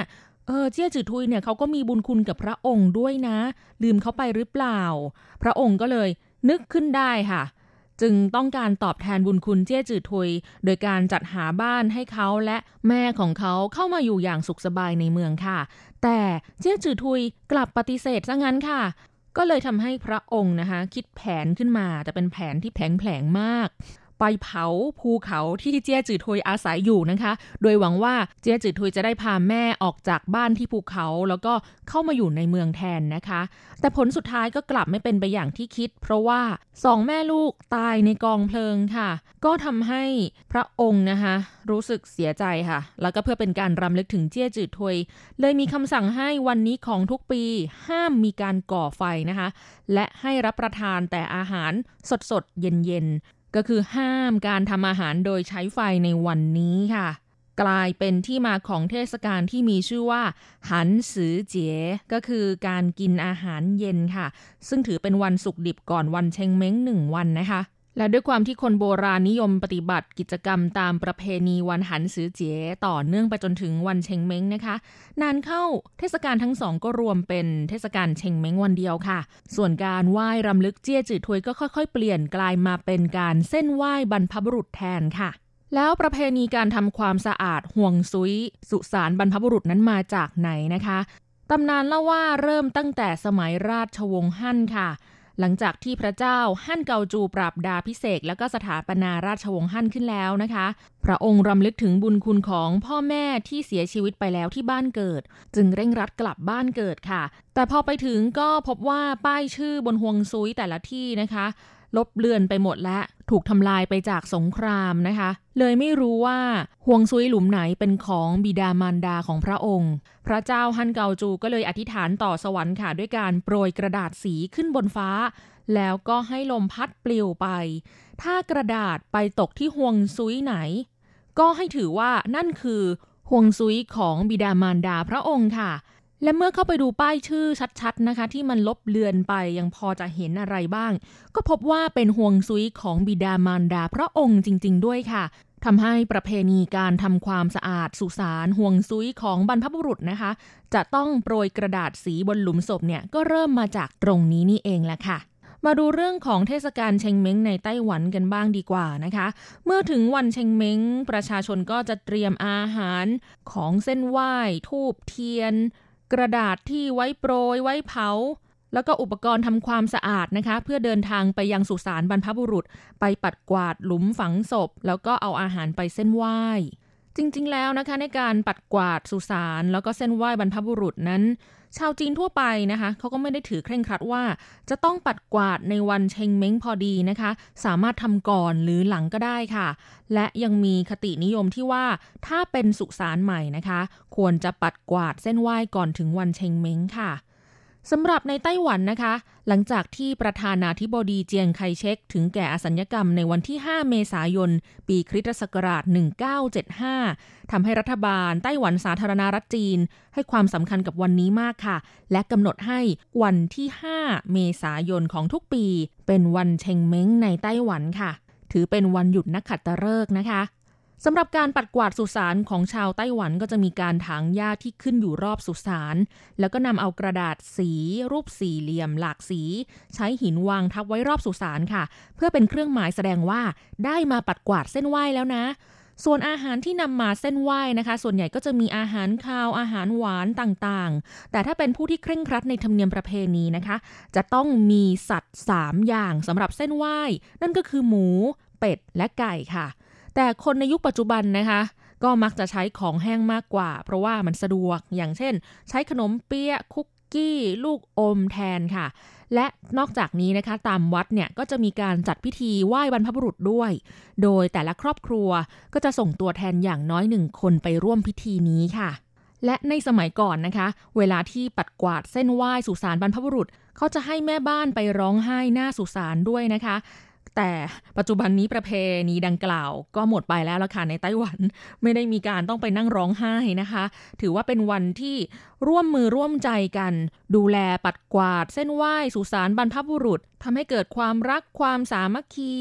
เออเจี้ยจือทุยเนี่ยเขาก็มีบุญคุณกับพระองค์ด้วยนะลืมเขาไปหรือเปล่าพระองค์ก็เลยนึกขึ้นได้ค่ะจึงต้องการตอบแทนบุญคุณเจี้ยจือทุยโดยการจัดหาบ้านให้เขาและแม่ของเขาเข้ามาอยู่อย่างสุขสบายในเมืองค่ะแต่เจี้ยจือทุยกลับปฏิเสธซะงั้นค่ะก็เลยทำให้พระองค์นะคะคิดแผนขึ้นมาแต่เป็นแผนที่แผลงๆมากไปเผาภูเขาที่เจี้ยจือทุยอาศัยอยู่นะคะโดยหวังว่าเจี้ยจือทุยจะได้พาแม่ออกจากบ้านที่ภูเขาแล้วก็เข้ามาอยู่ในเมืองแทนนะคะแต่ผลสุดท้ายก็กลับไม่เป็นไปอย่างที่คิดเพราะว่าสองแม่ลูกตายในกองเพลิงค่ะก็ทำให้พระองค์นะคะรู้สึกเสียใจค่ะแล้วก็เพื่อเป็นการรำลึกถึงเจี้ยจือทุยเลยมีคำสั่งให้วันนี้ของทุกปีห้ามมีการก่อไฟนะคะและให้รับประทานแต่อาหารสดๆเย็นๆก็คือห้ามการทำอาหารโดยใช้ไฟในวันนี้ค่ะกลายเป็นที่มาของเทศกาลที่มีชื่อว่าหันซือเจ๋ก็คือการกินอาหารเย็นค่ะซึ่งถือเป็นวันศุกร์ดิบก่อนวันเชงเม้งหนึ่งวันนะคะและด้วยความที่คนโบราณนิยมปฏิบัติกิจกรรมตามประเพณีวันหันซือเจ๋ต่อเนื่องไปจนถึงวันเชงเม้งนะคะนานเข้าเทศกาลทั้งสองก็รวมเป็นเทศกาลเชงเม้งวันเดียวค่ะส่วนการไหว้รำลึกเจี้ยจือทุยก็ค่อยๆเปลี่ยนกลายมาเป็นการเส้นไหว้บรรพบุรุษแทนค่ะแล้วประเพณีการทำความสะอาดห่วงซุยสุสานบรรพบุรุษนั้นมาจากไหนนะคะตำนานเล่าว่าเริ่มตั้งแต่สมัยราชวงศ์ฮั่นค่ะหลังจากที่พระเจ้าฮั่นเกาจูปราบดาพิเศษแล้วก็สถาปนาราชวงศ์ฮั่นขึ้นแล้วนะคะพระองค์รำลึกถึงบุญคุณของพ่อแม่ที่เสียชีวิตไปแล้วที่บ้านเกิดจึงเร่งรัดกลับบ้านเกิดค่ะแต่พอไปถึงก็พบว่าป้ายชื่อบนห่วงซุยแต่ละที่นะคะลบเลือนไปหมดและถูกทำลายไปจากสงครามนะคะเลยไม่รู้ว่าห่วงซุยหลุมไหนเป็นของบิดามารดาของพระองค์พระเจ้าฮั่นเกาจูก็เลยอธิษฐานต่อสวรรค์ค่ะด้วยการโปรยกระดาษสีขึ้นบนฟ้าแล้วก็ให้ลมพัดปลิวไปถ้ากระดาษไปตกที่ห่วงซุยไหนก็ให้ถือว่านั่นคือห่วงซุยของบิดามารดาพระองค์ค่ะและเมื่อเข้าไปดูป้ายชื่อชัดๆนะคะที่มันลบเลือนไปยังพอจะเห็นอะไรบ้างก็พบว่าเป็นห่วงซุยของบิดามารดาพระองค์จริงๆด้วยค่ะทำให้ประเพณีการทำความสะอาดสุสานห่วงซุยของบรรพบุรุษนะคะจะต้องโปรยกระดาษสีบนหลุมศพเนี่ยก็เริ่มมาจากตรงนี้นี่เองแหละค่ะมาดูเรื่องของเทศกาลเชงเม้งในไต้หวันกันบ้างดีกว่านะคะเมื่อถึงวันเชงเม้งประชาชนก็จะเตรียมอาหารของเส้นไหว้ธูปเทียนกระดาษที่ไว้โปรยไว้เผาแล้วก็อุปกรณ์ทำความสะอาดนะคะเพื่อเดินทางไปยังสุสานบรรพบุรุษไปปัดกวาดหลุมฝังศพแล้วก็เอาอาหารไปเส้นไหว้จริงๆแล้วนะคะในการปัดกวาดสุสานแล้วก็เส้นไหว้บรรพบุรุษนั้นชาวจีนทั่วไปนะคะเขาก็ไม่ได้ถือเคร่งครัดว่าจะต้องปัดกวาดในวันเชงเม้งพอดีนะคะสามารถทำก่อนหรือหลังก็ได้ค่ะและยังมีคตินิยมที่ว่าถ้าเป็นสุสานใหม่นะคะควรจะปัดกวาดเส้นไหว้ก่อนถึงวันเชงเม้งค่ะสำหรับในไต้หวันนะคะหลังจากที่ประธานาธิบดีเจียงไคเชกถึงแก่อสัญกรรมในวันที่ห้าเมษายนปีคริสตศักราชหนึ่งพันเก้าร้อยเจ็ดสิบห้าทำให้รัฐบาลไต้หวันสาธารณรัฐจีนให้ความสำคัญกับวันนี้มากค่ะและกำหนดให้วันที่ห้าเมษายนของทุกปีเป็นวันเชงเม้งในไต้หวันค่ะถือเป็นวันหยุดนักขัตฤกษ์นะคะสำหรับการปัดกวาดสุสานของชาวไต้หวันก็จะมีการถางหญ้าที่ขึ้นอยู่รอบสุสานแล้วก็นำเอากระดาษสีรูปสี่เหลี่ยมหลากสีใช้หินวางทับไว้รอบสุสานค่ะเพื่อเป็นเครื่องหมายแสดงว่าได้มาปัดกวาดเส้นไหว้แล้วนะส่วนอาหารที่นำมาเส้นไหว้นะคะส่วนใหญ่ก็จะมีอาหารคาวอาหารหวานต่างๆแต่ถ้าเป็นผู้ที่เคร่งครัดในธรรมเนียมประเพณีนะคะจะต้องมีสัตว์สามอย่างสำหรับเส้นไหว้นั่นก็คือหมูเป็ดและไก่ค่ะแต่คนในยุคปัจจุบันนะคะก็มักจะใช้ของแห้งมากกว่าเพราะว่ามันสะดวกอย่างเช่นใช้ขนมเปี๊ยะคุกกี้ลูกอมแทนค่ะและนอกจากนี้นะคะตามวัดเนี่ยก็จะมีการจัดพิธีไหว้บรรพบุรุษด้วยโดยแต่ละครอบครัวก็จะส่งตัวแทนอย่างน้อยหนึ่งคนไปร่วมพิธีนี้ค่ะและในสมัยก่อนนะคะเวลาที่ปัดกวาดเส้นไหว้สุสานบรรพบุรุษเขาจะให้แม่บ้านไปร้องไห้หน้าสุสานด้วยนะคะแต่ปัจจุบันนี้ประเพณีดังกล่าวก็หมดไปแล้วล่ะค่ะในไต้หวันไม่ได้มีการต้องไปนั่งร้องไห้นะคะถือว่าเป็นวันที่ร่วมมือร่วมใจกันดูแลปัดกวาดเส้นไหว้สุสานบรรพบุรุษทำให้เกิดความรักความสามัคคี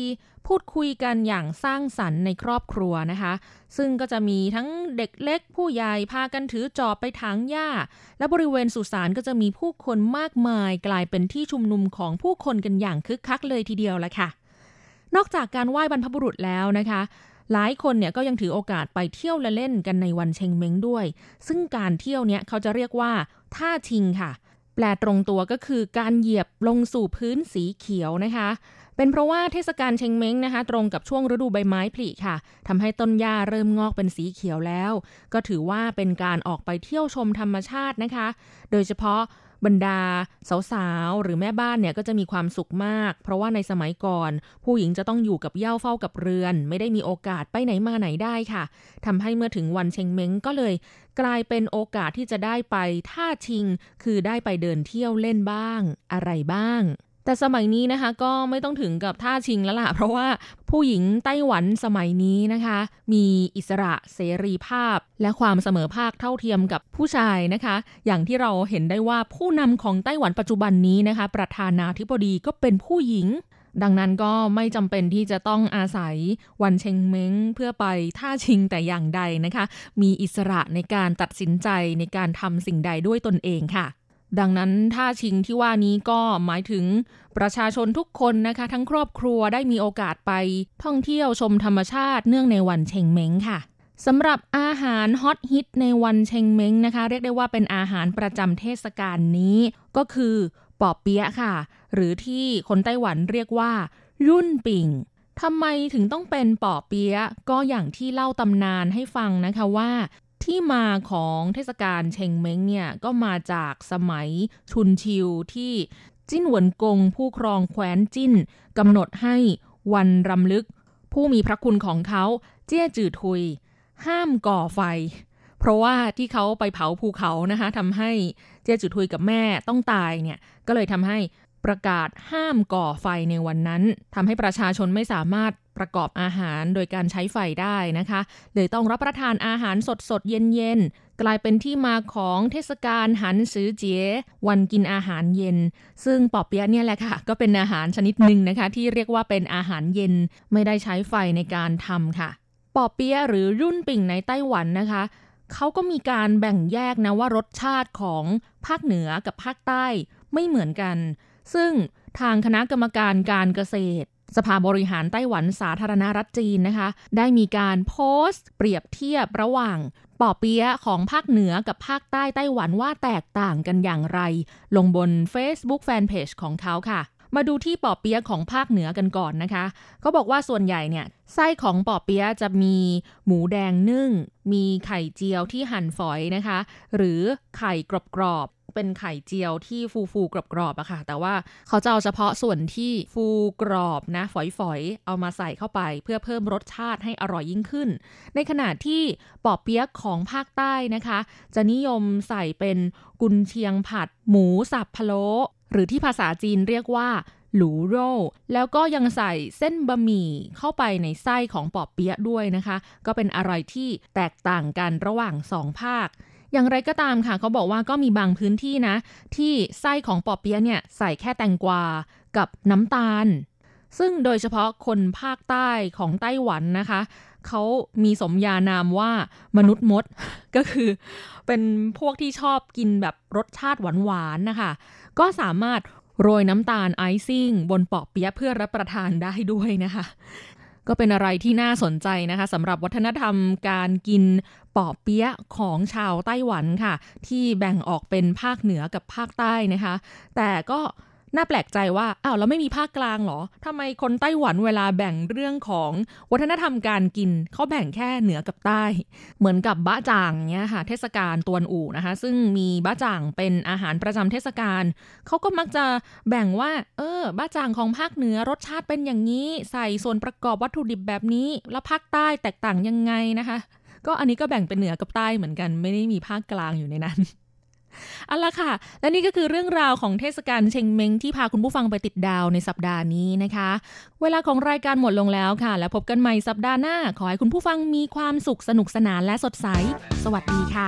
พูดคุยกันอย่างสร้างสรรค์ในครอบครัวนะคะซึ่งก็จะมีทั้งเด็กเล็กผู้ใหญ่พากันถือจอบไปถางหญ้าและบริเวณสุสานก็จะมีผู้คนมากมายกลายเป็นที่ชุมนุมของผู้คนกันอย่างคึกคักเลยทีเดียวละค่ะนอกจากการไหว้บรรพบุรุษแล้วนะคะหลายคนเนี่ยก็ยังถือโอกาสไปเที่ยวและเล่นกันในวันเชงเม้งด้วยซึ่งการเที่ยวเนี่ยเขาจะเรียกว่าท่าชิงค่ะแปลตรงตัวก็คือการเหยียบลงสู่พื้นสีเขียวนะคะเป็นเพราะว่าเทศกาลเชงเม้งนะคะตรงกับช่วงฤดูใบไม้ผลิค่ะทำให้ต้นหญ้าเริ่มงอกเป็นสีเขียวแล้วก็ถือว่าเป็นการออกไปเที่ยวชมธรรมชาตินะคะโดยเฉพาะบรรดาสาวๆหรือแม่บ้านเนี่ยก็จะมีความสุขมากเพราะว่าในสมัยก่อนผู้หญิงจะต้องอยู่กับเหย้าเฝ้ากับเรือนไม่ได้มีโอกาสไปไหนมาไหนได้ค่ะทำให้เมื่อถึงวันเชงเม้งก็เลยกลายเป็นโอกาสที่จะได้ไปท่าชิงคือได้ไปเดินเที่ยวเล่นบ้างอะไรบ้างแต่สมัยนี้นะคะก็ไม่ต้องถึงกับท่าชิงแล้วล่ะเพราะว่าผู้หญิงไต้หวันสมัยนี้นะคะมีอิสระเสรีภาพและความเสมอภาคเท่าเทียมกับผู้ชายนะคะอย่างที่เราเห็นได้ว่าผู้นำของไต้หวันปัจจุบันนี้นะคะประธานาธิบดีก็เป็นผู้หญิงดังนั้นก็ไม่จำเป็นที่จะต้องอาศัยวันเชงเม้งเพื่อไปท่าชิงแต่อย่างใดนะคะมีอิสระในการตัดสินใจในการทำสิ่งใดด้วยตนเองค่ะดังนั้นท่าชิงที่ว่านี้ก็หมายถึงประชาชนทุกคนนะคะทั้งครอบครัวได้มีโอกาสไปท่องเที่ยวชมธรรมชาติเนื่องในวันเชงเม้งค่ะสำหรับอาหารฮอตฮิตในวันเชงเม้งนะคะเรียกได้ว่าเป็นอาหารประจำเทศกาลนี้ก็คือปอเปี๊ยะค่ะหรือที่คนไต้หวันเรียกว่ารุ่นปิ่งทำไมถึงต้องเป็นปอเปี๊ยะก็อย่างที่เล่าตำนานให้ฟังนะคะว่าที่มาของเทศกาลเชงเม้งเนี่ยก็มาจากสมัยชุนชิวที่จิ้นหวนกงผู้ครองแคว้นจิ้นกำหนดให้วันรำลึกผู้มีพระคุณของเขาเจี้ยจื่อทุยห้ามก่อไฟเพราะว่าที่เขาไปเผาภูเขานะคะทำให้เจี้ยจื่อทุยกับแม่ต้องตายเนี่ยก็เลยทำให้ประกาศห้ามก่อไฟในวันนั้นทำให้ประชาชนไม่สามารถประกอบอาหารโดยการใช้ไฟได้นะคะเลยต้องรับประทานอาหารสดๆเย็นๆกลายเป็นที่มาของเทศกาลหันซือเจี๋ยวันกินอาหารเย็นซึ่งปอเปี๊ยะเนี่ยแหละค่ะก็เป็นอาหารชนิดหนึ่งนะคะที่เรียกว่าเป็นอาหารเย็นไม่ได้ใช้ไฟในการทำค่ะปอเปี๊ยะหรือรุ่นปิ่งในไต้หวันนะคะเขาก็มีการแบ่งแยกนะว่ารสชาติของภาคเหนือกับภาคใต้ไม่เหมือนกันซึ่งทางคณะกรรมการการเกษตรสภาบริหารไต้หวันสาธารณรัฐจีนนะคะได้มีการโพสต์เปรียบเทียบระหว่างปอเปี๊ยะของภาคเหนือกับภาคใต้ไต้หวันว่าแตกต่างกันอย่างไรลงบน Facebook Fanpage ของเขาค่ะมาดูที่ปอเปี๊ยะของภาคเหนือกันก่อนนะคะเขาบอกว่าส่วนใหญ่เนี่ยไส้ของปอเปี๊ยะจะมีหมูแดงนึ่งมีไข่เจียวที่หั่นฝอยนะคะหรือไข่กรอบๆเป็นไข่เจียวที่ฟูๆกรอบๆอะค่ะแต่ว่าเขาจะเอาเฉพาะส่วนที่ฟูกรอบนะฝอยๆเอามาใส่เข้าไปเพื่อเพิ่มรสชาติให้อร่อยยิ่งขึ้นในขณะที่ปอเปี๊ยะของภาคใต้นะคะจะนิยมใส่เป็นกุนเชียงผัดหมูสับพะโล้หรือที่ภาษาจีนเรียกว่าหลูโร่แล้วก็ยังใส่เส้นบะหมี่เข้าไปในไส้ของปอเปี๊ยะด้วยนะคะก็เป็นอะไรที่แตกต่างกันระหว่างสองภาคอย่างไรก็ตามค่ะเขาบอกว่าก็มีบางพื้นที่นะที่ไส้ของปอเปี๊ยะเนี่ยใส่แค่แตงกวากับน้ำตาลซึ่งโดยเฉพาะคนภาคใต้ของไต้หวันนะคะเขามีสมญานามว่ามนุษย์มด ก็คือเป็นพวกที่ชอบกินแบบรสชาติหวานๆนะคะก็สามารถโรยน้ำตาลไอซิ่งบนปอเปี๊ยะเพื่อรับประทานได้ด้วยนะคะก็เป็นอะไรที่น่าสนใจนะคะสำหรับวัฒนธรรมการกินปอเปี๊ยะของชาวไต้หวันค่ะที่แบ่งออกเป็นภาคเหนือกับภาคใต้นะคะแต่ก็น่าแปลกใจว่าอ้าวแล้วไม่มีภาคกลางเหรอทำไมคนไต้หวันเวลาแบ่งเรื่องของวัฒนธรรมการกินเขาแบ่งแค่เหนือกับใต้เหมือนกับบะจ่างเนี้ยค่ะเทศกาลตวนอู่นะคะซึ่งมีบะจ่างเป็นอาหารประจำเทศกาลเขาก็มักจะแบ่งว่าเออบะจ่างของภาคเหนือรสชาติเป็นอย่างนี้ใส่ส่วนประกอบวัตถุดิบแบบนี้แล้วภาคใต้แตกต่างยังไงนะคะก็อันนี้ก็แบ่งเป็นเหนือกับใต้เหมือนกันไม่ได้มีภาคกลางอยู่ในนั้นเอาล่ะค่ะและนี่ก็คือเรื่องราวของเทศกาลเชงเม้งที่พาคุณผู้ฟังไปติดดาวในสัปดาห์นี้นะคะเวลาของรายการหมดลงแล้วค่ะแล้วพบกันใหม่สัปดาห์หน้าขอให้คุณผู้ฟังมีความสุขสนุกสนานและสดใสสวัสดีค่ะ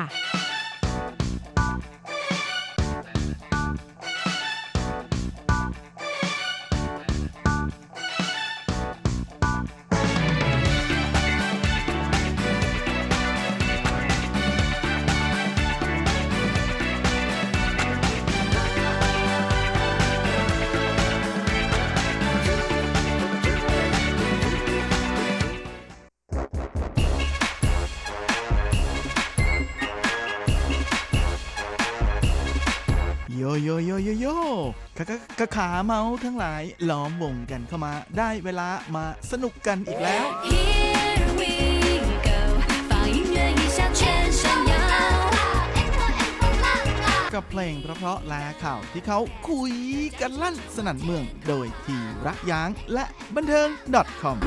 โยโยโยโยกะกะขาเมาทั้งหลายล้อมวงกันเข้ามาได้เวลามาสนุกกันอีกแล้ว Here we go 放音乐一下全身摇กับเพลงเพราะๆและข่าวที่เขาคุยกันลั่นสนั่นเมืองโดยทีรักย้างและบันเทิง .com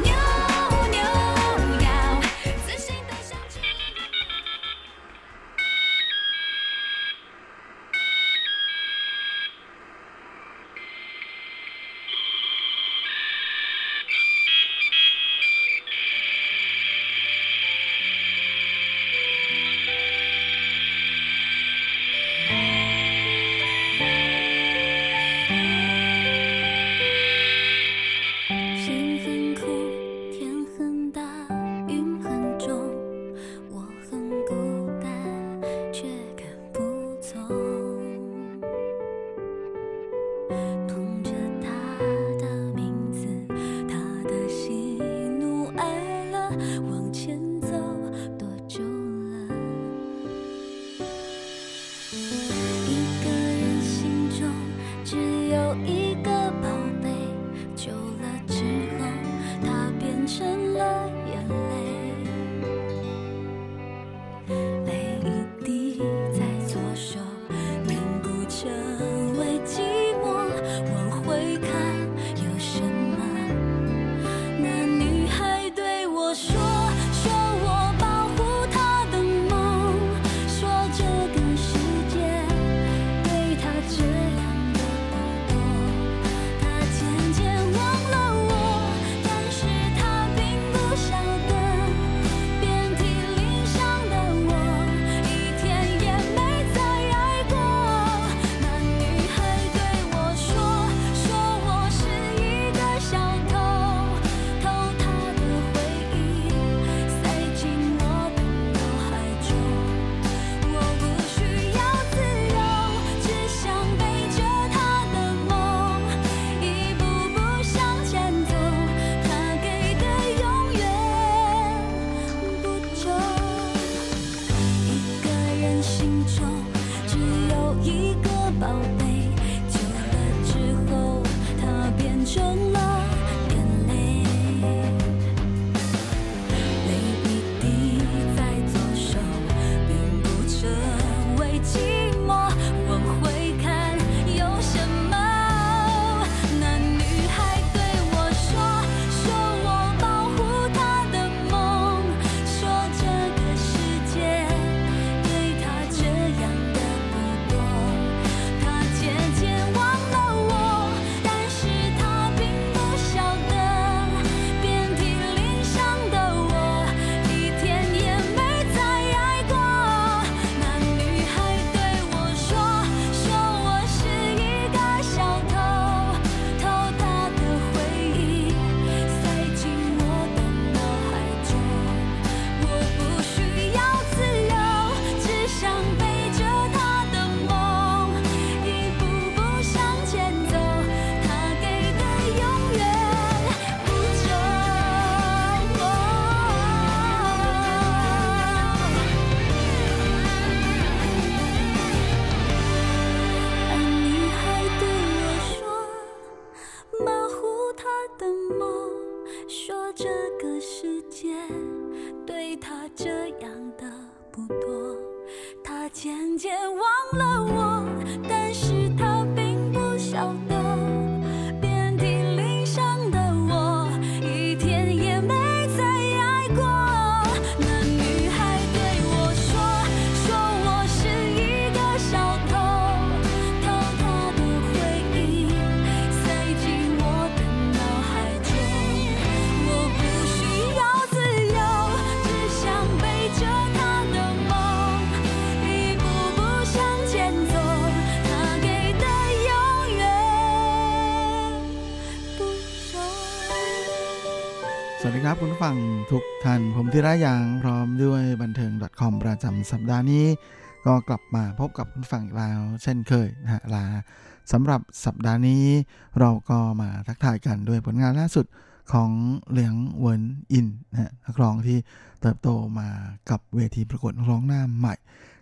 สวัสดีครับคุณผู้ฟังทุกท่านผมธีระยางพร้อมด้วยบันเทิง .com ประจำสัปดาห์นี้ก็กลับมาพบกับคุณผู้ฟังอีกแล้วเช่นเคยนะฮะลาสำหรับสัปดาห์นี้เราก็มาทักทายกันด้วยผลงานล่าสุดของเหลียงเหวินอินนะนักร้องที่เติบโตมากับเวทีประกวดนักร้องหน้าใหม่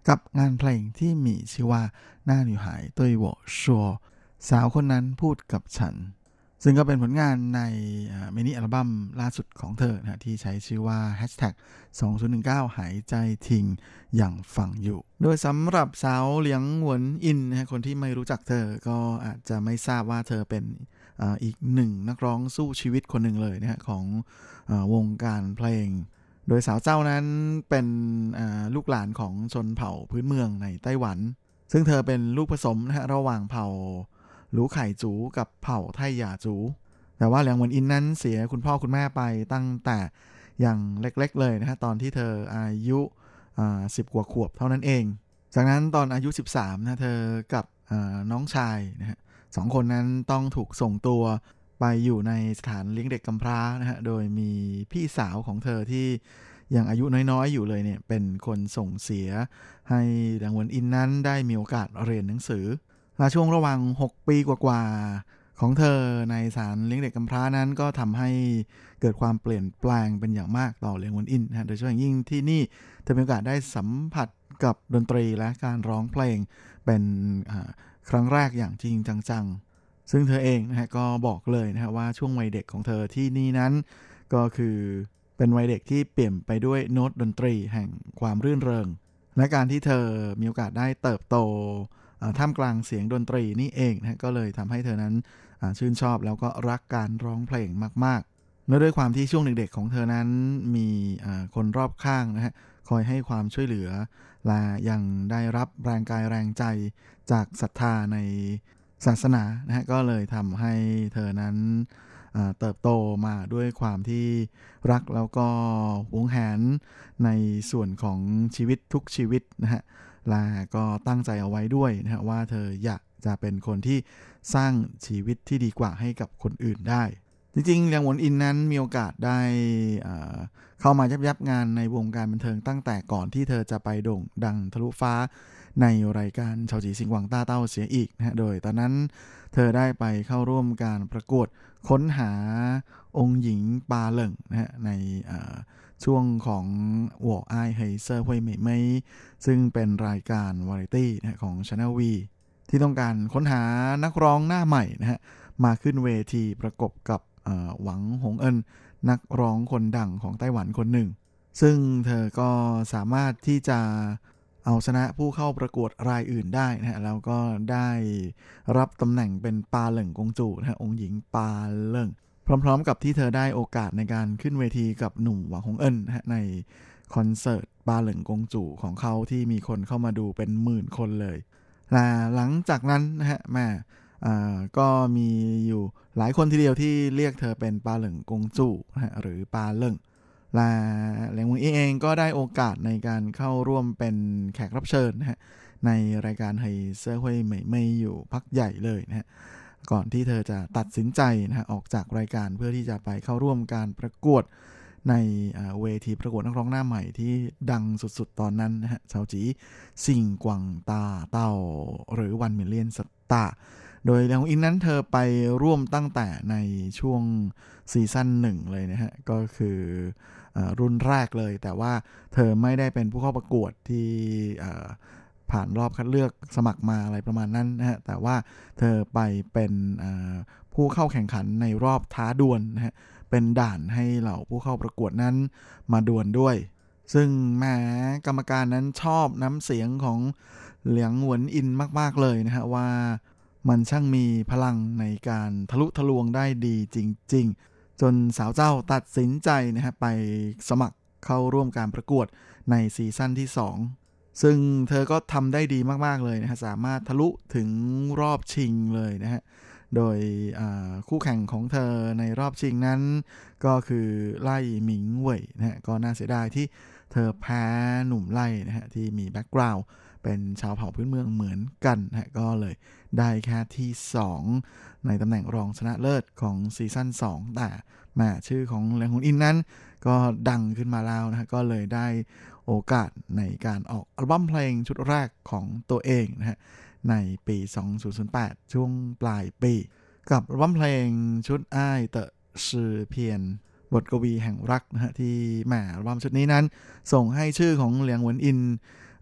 กับงานเพลงที่มีชื่อว่าหน้าหนูหายตุ้ยวชัวสาวคนนั้นพูดกับฉันซึ่งก็เป็นผลงานในมินิอัลบั้มล่าสุดของเธอนะที่ใช้ชื่อว่า แฮชแท็ก สองพันสิบเก้า หายใจทิ้งอย่างฝังอยู่โดยสำหรับสาวเหลียงหวนอินนะคนที่ไม่รู้จักเธอก็อาจจะไม่ทราบว่าเธอเป็นอีกหนึ่งนักร้องสู้ชีวิตคนหนึ่งเลยนะฮะของวงการเพลงโดยสาวเจ้านั้นเป็นลูกหลานของชนเผ่าพื้นเมืองในไต้หวันซึ่งเธอเป็นลูกผสมนะฮะระหว่างเผ่าหลูไข่จูกับเผ่าไทหยาจูแต่ว่าเหลียงหวนอินนั้นเสียคุณพ่อคุณแม่ไปตั้งแต่อย่างเล็กๆเลยนะฮะตอนที่เธออายุสิบกว่าขวบเท่านั้นเองจากนั้นตอนอายุสิบสามนะเธอกับน้องชายนะฮะสองคนนั้นต้องถูกส่งตัวไปอยู่ในสถานเลี้ยงเด็กกำพร้านะฮะโดยมีพี่สาวของเธอที่ยังอายุน้อยๆอยู่เลยเนี่ยเป็นคนส่งเสียให้เหลียงหวนอินนั้นได้มีโอกาสเรียนหนังสือและช่วงระหว่างหกปีกว่าๆของเธอในสถานเลี้ยงเด็กกำพร้านั้นก็ทำให้เกิดความเปลี่ยนแปลงเป็นอย่างมากต่อเหลียงหวนอินนะโดยเฉพาะอย่างยิ่งที่นี่เธอมีโอกาสได้สัมผัสกับดนตรีและการร้องเพลงเป็นครั้งแรกอย่างจริงจังๆซึ่งเธอเองนะฮะก็บอกเลยนะฮะว่าช่วงวัยเด็กของเธอที่นี่นั้นก็คือเป็นวัยเด็กที่เปลี่ยนไปด้วยโน้ตดนตรีแห่งความรื่นเริงและการที่เธอมีโอกาสได้เติบโตท่ามกลางเสียงดนตรีนี่เองนะก็เลยทำให้เธอนั้นชื่นชอบแล้วก็รักการร้องเพลงมากๆและด้วยความที่ช่วงเด็กๆของเธอนั้นมีคนรอบข้างนะฮะคอยให้ความช่วยเหลือและยังได้รับแรงกายแรงใจจากศรัทธาในศาสนานะฮะก็เลยทำให้เธอนั้นเติบโตมาด้วยความที่รักแล้วก็หวงแหนในส่วนของชีวิตทุกชีวิตนะฮะและก็ตั้งใจเอาไว้ด้วยนะฮะว่าเธออยากจะเป็นคนที่สร้างชีวิตที่ดีกว่าให้กับคนอื่นได้จริงๆเหลียงหวนอินนั้นมีโอกาสได้เข้ามายับยับงานในวงการบันเทิงตั้งแต่ก่อนที่เธอจะไปโด่งดังทะลุฟ้าในรายการเฉาจีซิงหวังต้าเต้าเสียอีกนะฮะโดยตอนนั้นเธอได้ไปเข้าร่วมการประกวดค้นหาองค์หญิงปาเหลิงนะฮะในช่วงของหัวอ้ายเฮเซอร์ฮวยเหมยเมยซึ่งเป็นรายการวาไรตี้นะของ Channel V ที่ต้องการค้นหานักร้องหน้าใหม่นะฮะมาขึ้นเวทีประกบกับหวังหงเอินนักร้องคนดังของไต้หวันคนหนึ่งซึ่งเธอก็สามารถที่จะเอาชนะผู้เข้าประกวดรายอื่นได้นะฮะแล้วก็ได้รับตำแหน่งเป็นปาเหลิงกงจูนะฮะองค์หญิงปาเหลิงพร้อมๆกับที่เธอได้โอกาสในการขึ้นเวทีกับหนุ่มหวังหงเอินนะฮะในคอนเสิร์ตปาเหลิงกงจูของเขาที่มีคนเข้ามาดูเป็นหมื่นคนเลยและหลังจากนั้นนะฮะแม่ก็มีอยู่หลายคนทีเดียวที่เรียกเธอเป็นปาเหลิงกงจูนะฮะหรือปาเหลิงและเหลียงหวนอินเองก็ได้โอกาสในการเข้าร่วมเป็นแขกรับเชิญนะฮะในรายการเฮเซอร์ฮวยเหมยเมยอยู่พักใหญ่เลยนะฮะก่อนที่เธอจะตัดสินใจนะฮะออกจากรายการเพื่อที่จะไปเข้าร่วมการประกวดในเวทีประกวดนักร้องหน้าใหม่ที่ดังสุดๆตอนนั้นนะฮะเฉาจีซิงกวังตาเต้าหรือวันมิลเลียนสตาร์โดยเหลียงหวนอินนั้นเธอไปร่วมตั้งแต่ในช่วงซีซั่นหนึ่งเลยนะฮะก็คือรุ่นแรกเลยแต่ว่าเธอไม่ได้เป็นผู้เข้าประกวดที่ผ่านรอบคัดเลือกสมัครมาอะไรประมาณนั้นนะฮะแต่ว่าเธอไปเป็นผู้เข้าแข่งขันในรอบท้าดวลนะฮะเป็นด่านให้เหล่าผู้เข้าประกวดนั้นมาดวลด้วยซึ่งแม้กรรมการนั้นชอบน้ำเสียงของเหลียงหวนอินมากๆเลยนะฮะว่ามันช่างมีพลังในการทะลุทะลวงได้ดีจริงๆจนสาวเจ้าตัดสินใจนะฮะไปสมัครเข้าร่วมการประกวดในซีซั่นที่สองซึ่งเธอก็ทำได้ดีมากๆเลยนะฮะสามารถทะลุถึงรอบชิงเลยนะฮะโดยคู่แข่งของเธอในรอบชิงนั้นก็คือไล่หมิงเหว่ยนะฮะก็น่าเสียดายที่เธอแพ้หนุ่มไล่นะฮะที่มีแบ็คกราวด์เป็นชาวเผ่าพื้นเมืองเหมือนกันนะฮะก็เลยได้แค่ที่สองในตำแหน่งรองชนะเลิศของซีซั่นสองแต่แม่ชื่อของเหลียงหวนอินนั้นก็ดังขึ้นมาแล้วนะฮะก็เลยได้โอกาสในการออกอัลบั้มเพลงชุดแรกของตัวเองนะฮะในปีสองพันแปดช่วงปลายปีกับอัลบั้มเพลงชุดอ้ายเต๋อชื่อเพียนบทกวีแห่งรักนะฮะที่แหมอัลบั้มชุดนี้นั้นส่งให้ชื่อของเหลียงหวนอิน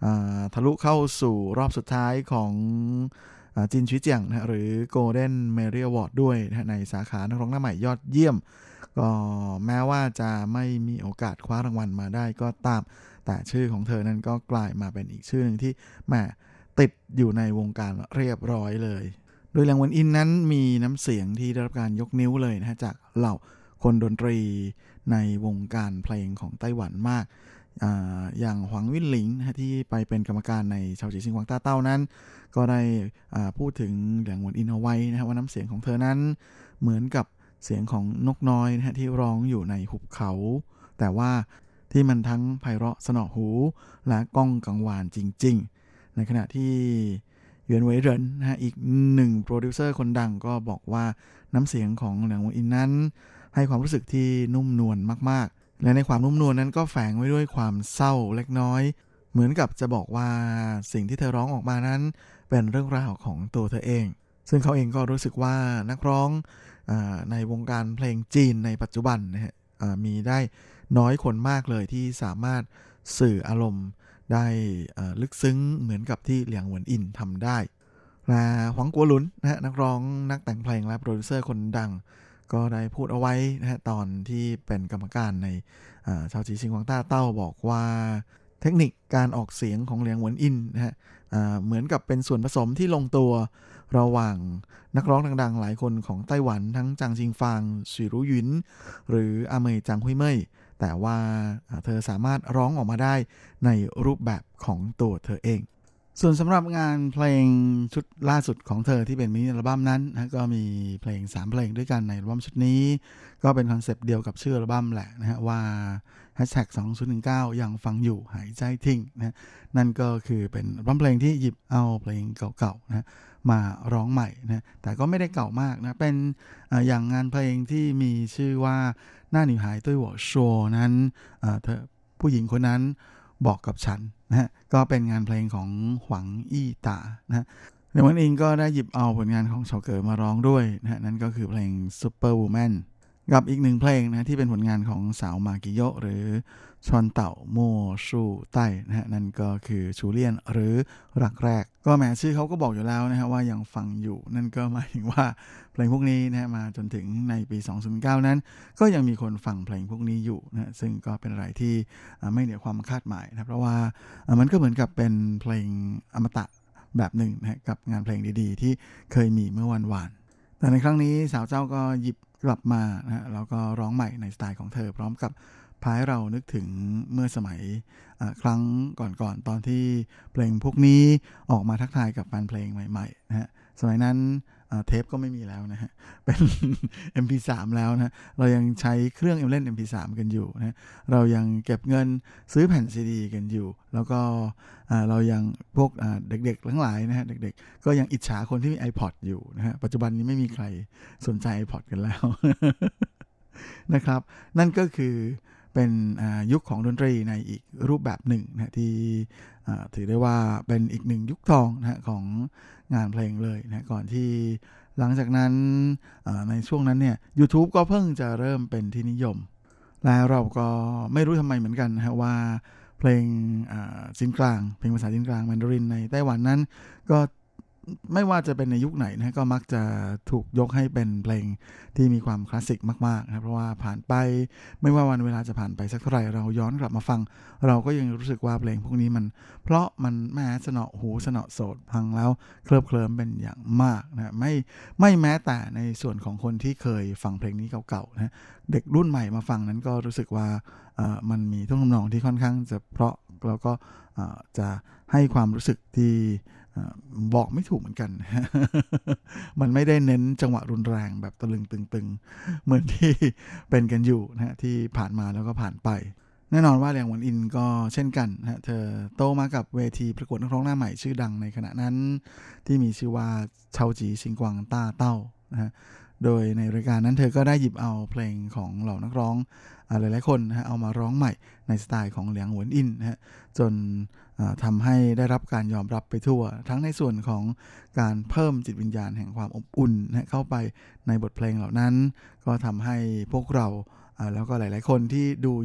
ทะลุเข้าสู่รอบสุดท้ายของจินชิเจียงนะหรือ Golden Mary Award ด้วยนะในสาขานักร้องหน้าใหม่ยอดเยี่ยมก็แม้ว่าจะไม่มีโอกาสคว้ารางวัลมาได้ก็ตามแต่ชื่อของเธอนั้นก็กลายมาเป็นอีกชื่อหนึ่งที่แหมติดอยู่ในวงการเรียบร้อยเลยโดยหลังวันอินนั้นมีน้ำเสียงที่ได้รับการยกนิ้วเลยนะจากเหล่าคนดนตรีในวงการเพลงของไต้หวันมาก อ, อย่างหวังวินหลิงนะที่ไปเป็นกรรมการในเฉาจีซิงหวังต้าเต้านั้นก็ได้พูดถึงเหลียงหวนอินเอาไว้นะว่าน้ำเสียงของเธอนั้นเหมือนกับเสียงของนกน้อยนะที่ร้องอยู่ในหุบเขาแต่ว่าที่มันทั้งไพเราะสนอหูและก้องกังวานจริงๆในขณะที่เหวียนเว่ยเหรินนะฮะอีกหนึ่งโปรดิวเซอร์คนดังก็บอกว่าน้ำเสียงของเหลียงหวนอินนั้นให้ความรู้สึกที่นุ่มนวลมากๆและในความนุ่มนวลนั้นก็แฝงไว้ด้วยความเศร้าเล็กน้อยเหมือนกับจะบอกว่าสิ่งที่เธอร้องออกมานั้นเป็นเรื่องราวของตัวเธอเองซึ่งเขาเองก็รู้สึกว่านักร้องในวงการเพลงจีนในปัจจุบันนะฮะมีได้น้อยคนมากเลยที่สามารถสื่ออารมณ์ได้ลึกซึ้งเหมือนกับที่เหลียงหวนอินทำได้และหวังกัวหลุนนะฮะนักร้องนักแต่งเพลงและโปรดิวเซอร์คนดังก็ได้พูดเอาไว้นะฮะตอนที่เป็นกรรมการในเฉาจีซิงหวังต้าเต้าบอกว่าเทคนิคการออกเสียงของเหลียงหวนอินนะฮะเหมือนกับเป็นส่วนผสมที่ลงตัวระหว่างนักร้องดังๆหลายคนของไต้หวันทั้งจางซิงฟางฉีรู้หยินหรืออาเหมยจางฮุยเม่ยแต่ว่าเธอสามารถร้องออกมาได้ในรูปแบบของตัวเธอเองส่วนสำหรับงานเพลงชุดล่าสุดของเธอที่เป็นมินิอัลบั้มนั้นนะก็มีเพลงสามเพลงด้วยกันในอัลบั้มชุดนี้ก็เป็นคอนเซปต์เดียวกับชื่ออัลบั้มแหละนะฮะว่า แฮชแท็ก สองพันสิบเก้า ยังฟังอยู่หายใจทิ้งนะนั่นก็คือเป็นอัลบั้มเพลงที่หยิบเอาเพลงเก่าๆนะมาร้องใหม่นะแต่ก็ไม่ได้เก่ามากนะเป็นอย่างงานเพลงที่มีชื่อว่าหน้าหนิวหายตุ้ยหัวโชนั้นเธอผู้หญิงคนนั้นบอกกับฉันนะฮะก็เป็นงานเพลงของหวังอี้ตานะฮะในวันเองก็ได้หยิบเอาผลงานของเฉาเก๋อมาร้องด้วยนะฮะนั่นก็คือเพลง Superwoman กับอีกหนึ่งเพลงนะที่เป็นผลงานของสาวมากิโยะหรือชอนเต่าโมชูใต้นะฮะนั่นก็คือชูเลียนหรือรักแรกก็แหมชื่อเขาก็บอกอยู่แล้วนะฮะว่ายังฟังอยู่นั่นก็หมายถึงว่าเพลงพวกนี้นะฮะมาจนถึงในปีสองพันสิบเก้านั้นก็ยังมีคนฟังเพลงพวกนี้อยู่นะซึ่งก็เป็นอะไรที่ไม่เหนือความคาดหมายนะเพราะว่ามันก็เหมือนกับเป็นเพลงอมตะแบบหนึ่งนะกับงานเพลงดีๆที่เคยมีเมื่อวันวานแต่ในครั้งนี้สาวเจ้าก็หยิบกลับมานะแล้วก็ร้องใหม่ในสไตล์ของเธอพร้อมกับพาให้เรานึกถึงเมื่อสมัยครั้งก่อนๆตอนที่เพลงพวกนี้ออกมาทักทายกับแฟนเพลงใหม่ๆนะฮะสมัยนั้นเทปก็ไม่มีแล้วนะฮะเป็น เอ็ม พี ทรี แล้วนะเรายังใช้เครื่องเล่น เอ็ม พี ทรี กันอยู่นะเรายังเก็บเงินซื้อแผ่นซีดีกันอยู่แล้วก็เรายังพวกเด็กๆทั้งหลายนะฮะเด็กๆก็ยังอิจฉาคนที่มี iPod อยู่นะฮะปัจจุบันนี้ไม่มีใครสนใจ iPod กันแล้ว นะครับนั่นก็คือเป็นยุคของดนตรีในอีกรูปแบบหนึ่งนะที่ถือได้ว่าเป็นอีกหนึ่งยุคทองนะของงานเพลงเลยนะก่อนที่หลังจากนั้นในช่วงนั้นเนี่ย YouTube ก็เพิ่งจะเริ่มเป็นที่นิยมและเราก็ไม่รู้ทำไมเหมือนกันนะว่าเพลงจีนกลางเพลงภาษาจีนกลางแมนดารินในไต้หวันนั้นก็ไม่ว่าจะเป็นในยุคไหนนะก็มักจะถูกยกให้เป็นเพลงที่มีความคลาสสิกมากๆนะเพราะว่าผ่านไปไม่ว่าวันเวลาจะผ่านไปสักเท่าไหร่เราย้อนกลับมาฟังเราก็ยังรู้สึกว่าเพลงพวกนี้มันเพราะมันแม้สนอหูสนอโสดฟังแล้วเคลิบเคลิ้มเป็นอย่างมากนะไม่ไม่แม้แต่ในส่วนของคนที่เคยฟังเพลงนี้เก่าๆนะเด็กรุ่นใหม่มาฟังนั้นก็รู้สึกว่ามันมีท่วงทำนองที่ค่อนข้างจะเพราะแล้วก็จะให้ความรู้สึกที่บอกไม่ถูกเหมือนกัน มันไม่ได้เน้นจังหวะรุนแรงแบบตะลึงตึงๆเหมือนที่เป็นกันอยู่นะฮะที่ผ่านมาแล้วก็ผ่านไปแน่นอนว่าเหลียงหวนอินก็เช่นกันนะเธอโตมากับเวทีประกวดนักร้องหน้าใหม่ชื่อดังในขณะนั้นที่มีชื่อว่าเฉาจีซิงกวางต้าเต้านะฮะโดยในรายการนั้นเธอก็ได้หยิบเอาเพลงของเหล่านักร้องหลายๆคนนะฮะเอามาร้องใหม่ในสไตล์ของเหลียงหวนอินนะฮะจนทำให้ได้รับการยอมรับไปทั่วทั้งในส่วนของการเพิ่มจิตวิญญาณแห่งความอบอุ่นนะเข้าไปในบทเพลงเหล่านั้นก็ทำให้พวกเราแล้วก็หลายๆคนที่ดูอยู่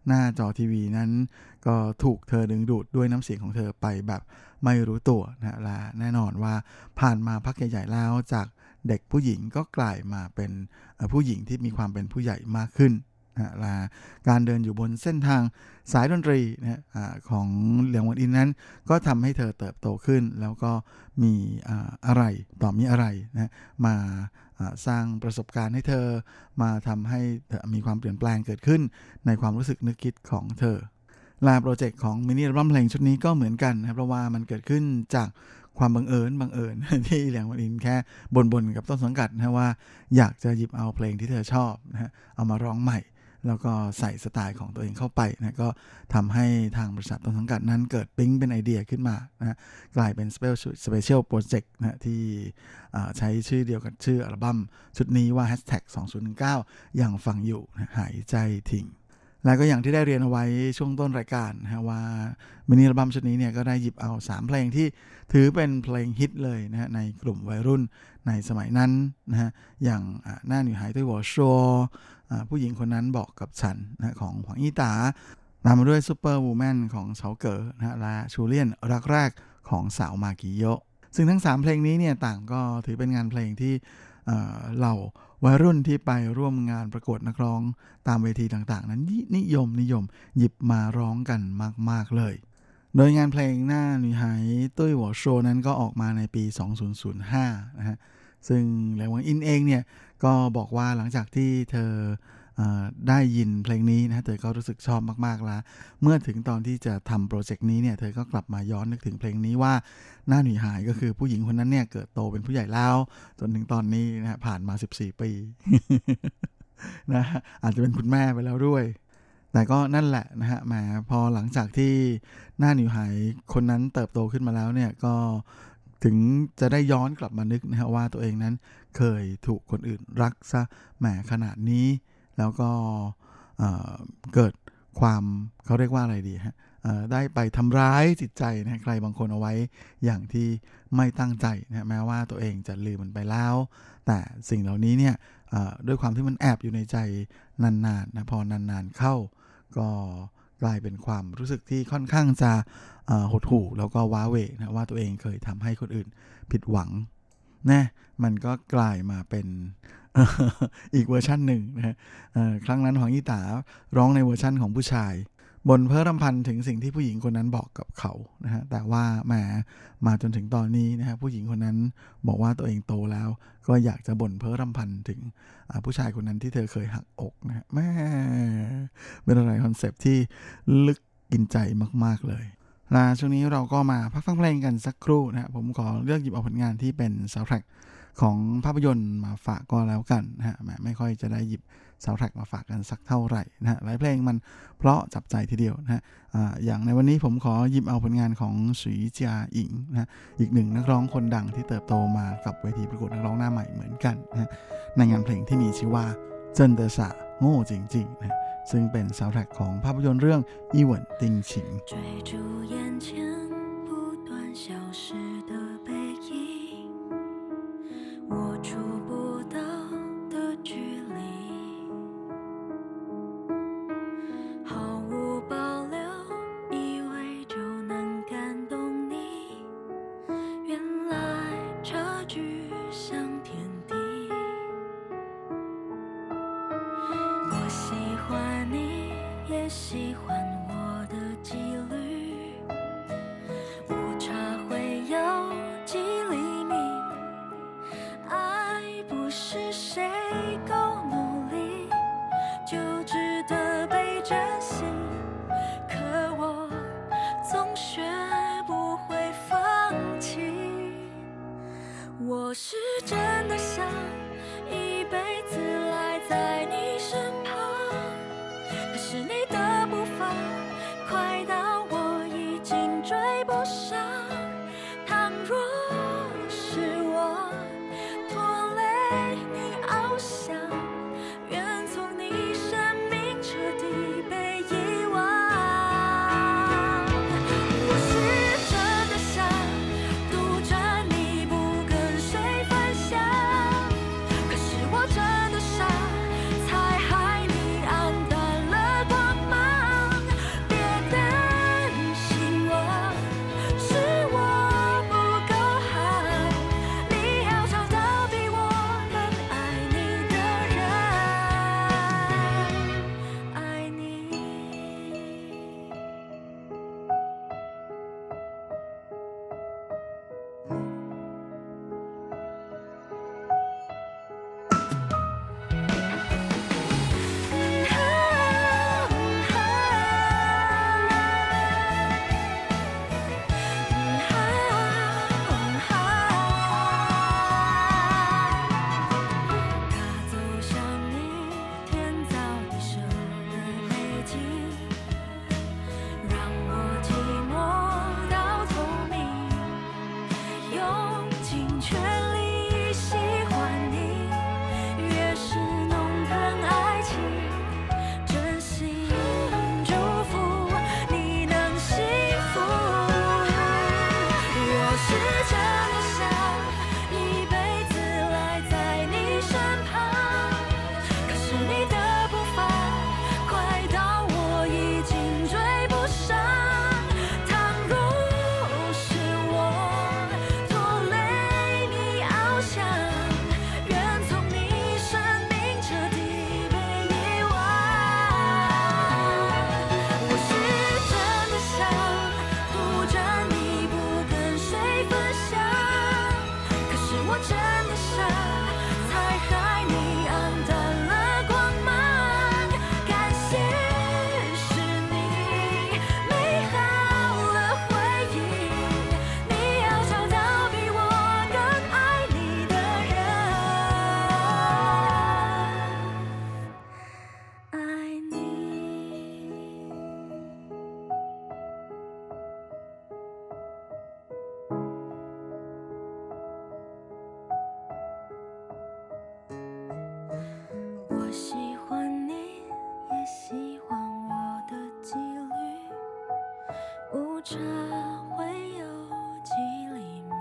หน้าจอทีวีนั้นก็ถูกเธอดึงดูดด้วยน้ำเสียงของเธอไปแบบไม่รู้ตัวนะและแน่นอนว่าผ่านมาพักใหญ่ๆแล้วจากเด็กผู้หญิงก็กลายมาเป็นผู้หญิงที่มีความเป็นผู้ใหญ่มากขึ้นนะและการเดินอยู่บนเส้นทางสายดนตรีนะของเหลียงหวนอินนั้นก็ทำให้เธอเติบโตขึ้นแล้วก็มีอะไรต่อมีอะไรนะมาสร้างประสบการณ์ให้เธอมาทำให้มีความเปลี่ยนแปลงเกิดขึ้นในความรู้สึกนึกคิดของเธอลาโปรเจกต์ของมินิอัลบั้มเพลงชุดนี้ก็เหมือนกันนะเพราะว่ามันเกิดขึ้นจากความบังเอิญบังเอิญ ที่เหลียงหวนอินแค่บ่นๆกับต้นสังกัดนะว่าอยากจะหยิบเอาเพลงที่เธอชอบนะฮะเอามาร้องใหม่แล้วก็ใส่สไตล์ของตัวเองเข้าไปนะก็ทำให้ทางบริษัทต้นสังกัดนั้นเกิดปิ๊งเป็นไอเดียขึ้นมานะกลายเป็น Special Project นะที่ใช้ชื่อเดียวกับชื่ออัลบั้มชุดนี้ว่า แฮชแท็ก สองพันสิบเก้า ยังฟังอยู่นะหายใจทิ้งแล้วก็อย่างที่ได้เรียนเอาไว้ช่วงต้นรายการนะว่ามินิอัลบั้มชุดนี้เนี่ยก็ได้หยิบเอาสามเพลงที่ถือเป็นเพลงฮิตเลยนะในกลุ่มวัยรุ่นในสมัยนั้นนะฮะอย่างหน้าหนีหายด้วยหัวชัวผู้หญิงคนนั้นบอกกับฉันนะของหวังอี้ตาตามมาด้วยซูเปอร์วูแมนของเฉาเก๋อนะและชูเลียนรักแรกของสาวมากิโยะซึ่งทั้งสามเพลงนี้เนี่ยต่างก็ถือเป็นงานเพลงที่เหล่าวัยรุ่นที่ไปร่วมงานประกวดนักร้องตามเวทีต่างๆนั้นนิยมนิยมหยิบมาร้องกันมากๆเลยโดยงานเพลงหน้าหนีหายตุ้ยหัวโชว์นั้นก็ออกมาในปีสองพันห้านะฮะซึ่งเหลียงหวนอินเองเนี่ยก็บอกว่าหลังจากที่เธอได้ยินเพลงนี้นะเธอก็รู้สึกชอบมากๆแล้วเมื่อถึงตอนที่จะทำโปรเจกต์นี้เนี่ยเธอก็กลับมาย้อนนึกถึงเพลงนี้ว่าหน้าหนีหายก็คือผู้หญิงคนนั้นเนี่ยเกิดโตเป็นผู้ใหญ่แล้วจนถึงตอนนี้นะผ่านมาสิบสี่ปี นะอาจจะเป็นคุณแม่ไปแล้วด้วยแต่ก็นั่นแหละนะฮะแหมพอหลังจากที่หน้าหนีหายคนนั้นเติบโตขึ้นมาแล้วเนี่ยก็ถึงจะได้ย้อนกลับมานึกนะฮะว่าตัวเองนั้นเคยถูกคนอื่นรักซะแหมขนาดนี้แล้วก็เอ่อเกิดความเขาเรียกว่าอะไรดีฮะได้ไปทำร้ายจิตใจนะใครบางคนเอาไว้อย่างที่ไม่ตั้งใจนะแม้ว่าตัวเองจะลืมมันไปแล้วแต่สิ่งเหล่านี้เนี่ยด้วยความที่มันแอบอยู่ในใจนานๆนะพอนานๆเข้าก็กลายเป็นความรู้สึกที่ค่อนข้างจะหดหู่แล้วก็ว้าเหวนะว่าตัวเองเคยทำให้คนอื่นผิดหวังนะมันก็กลายมาเป็นอีกเวอร์ชันหนึ่งนะฮะครั้งนั้นหวังอี้ตาร้องในเวอร์ชันของผู้ชายบ่นเพ้อรำพันถึงสิ่งที่ผู้หญิงคนนั้นบอกกับเขานะฮะแต่ว่าแหมมาจนถึงตอนนี้นะฮะผู้หญิงคนนั้นบอกว่าตัวเองโตแล้วก็อยากจะบ่นเพ้อรำพันถึงผู้ชายคนนั้นที่เธอเคยหักอกนะฮะแม่เป็นอะไรคอนเซปต์ที่ลึกกินใจมากๆเลยและช่วงนี้เราก็มาพักฟังเพลงกันสักครู่นะผมขอเลือกหยิบเอาผลงานที่เป็นซาวด์แทร็กของภาพยนตร์มาฝากก็แล้วกันนะฮะไม่ค่อยจะได้หยิบซาวด์แทร็กมาฝากกันสักเท่าไหร่นะฮะหลายเพลงมันเพราะจับใจทีเดียวนะฮะ อ่าอย่างในวันนี้ผมขอหยิบเอาผลงานของสุยเจียอิงนะอีกหนึ่งนักร้องคนดังที่เติบโตมากับเวทีประกวดนักร้องหน้าใหม่เหมือนกันนะในงานเพลงที่มีชื่อว่าเจิ้นเตอร์สะโง่จริงๆนะซึ่งเป็นซาวด์แทร็กของภาพยนตร์เรื่องอีเหวินติงฉิง我触不到的距离，毫无保留，以为就能感动你，原来差距像天地。我喜欢你，也喜欢我的纪律，误差会有几厘米。不是谁够努力就值得被珍惜，可我总学不会放弃。我是真的想一辈子赖在你身旁，可是你的步伐快到我已经追不上。倘若是我全力喜欢你，越是浓疼爱情，真心祝福你能幸福。我是真的想一辈子赖在你身旁，可是你的步伐快到我已经追不上。倘若是我拖累你翱翔，愿从你生命彻底被遗忘。我是真的想独占你不跟谁分享，可是我真的傻，才害你黯淡了光芒。感谢是你美好了回忆，你要找到比我更爱你的人，爱你。我喜欢你，也喜欢我的纪律，误差会有几厘米。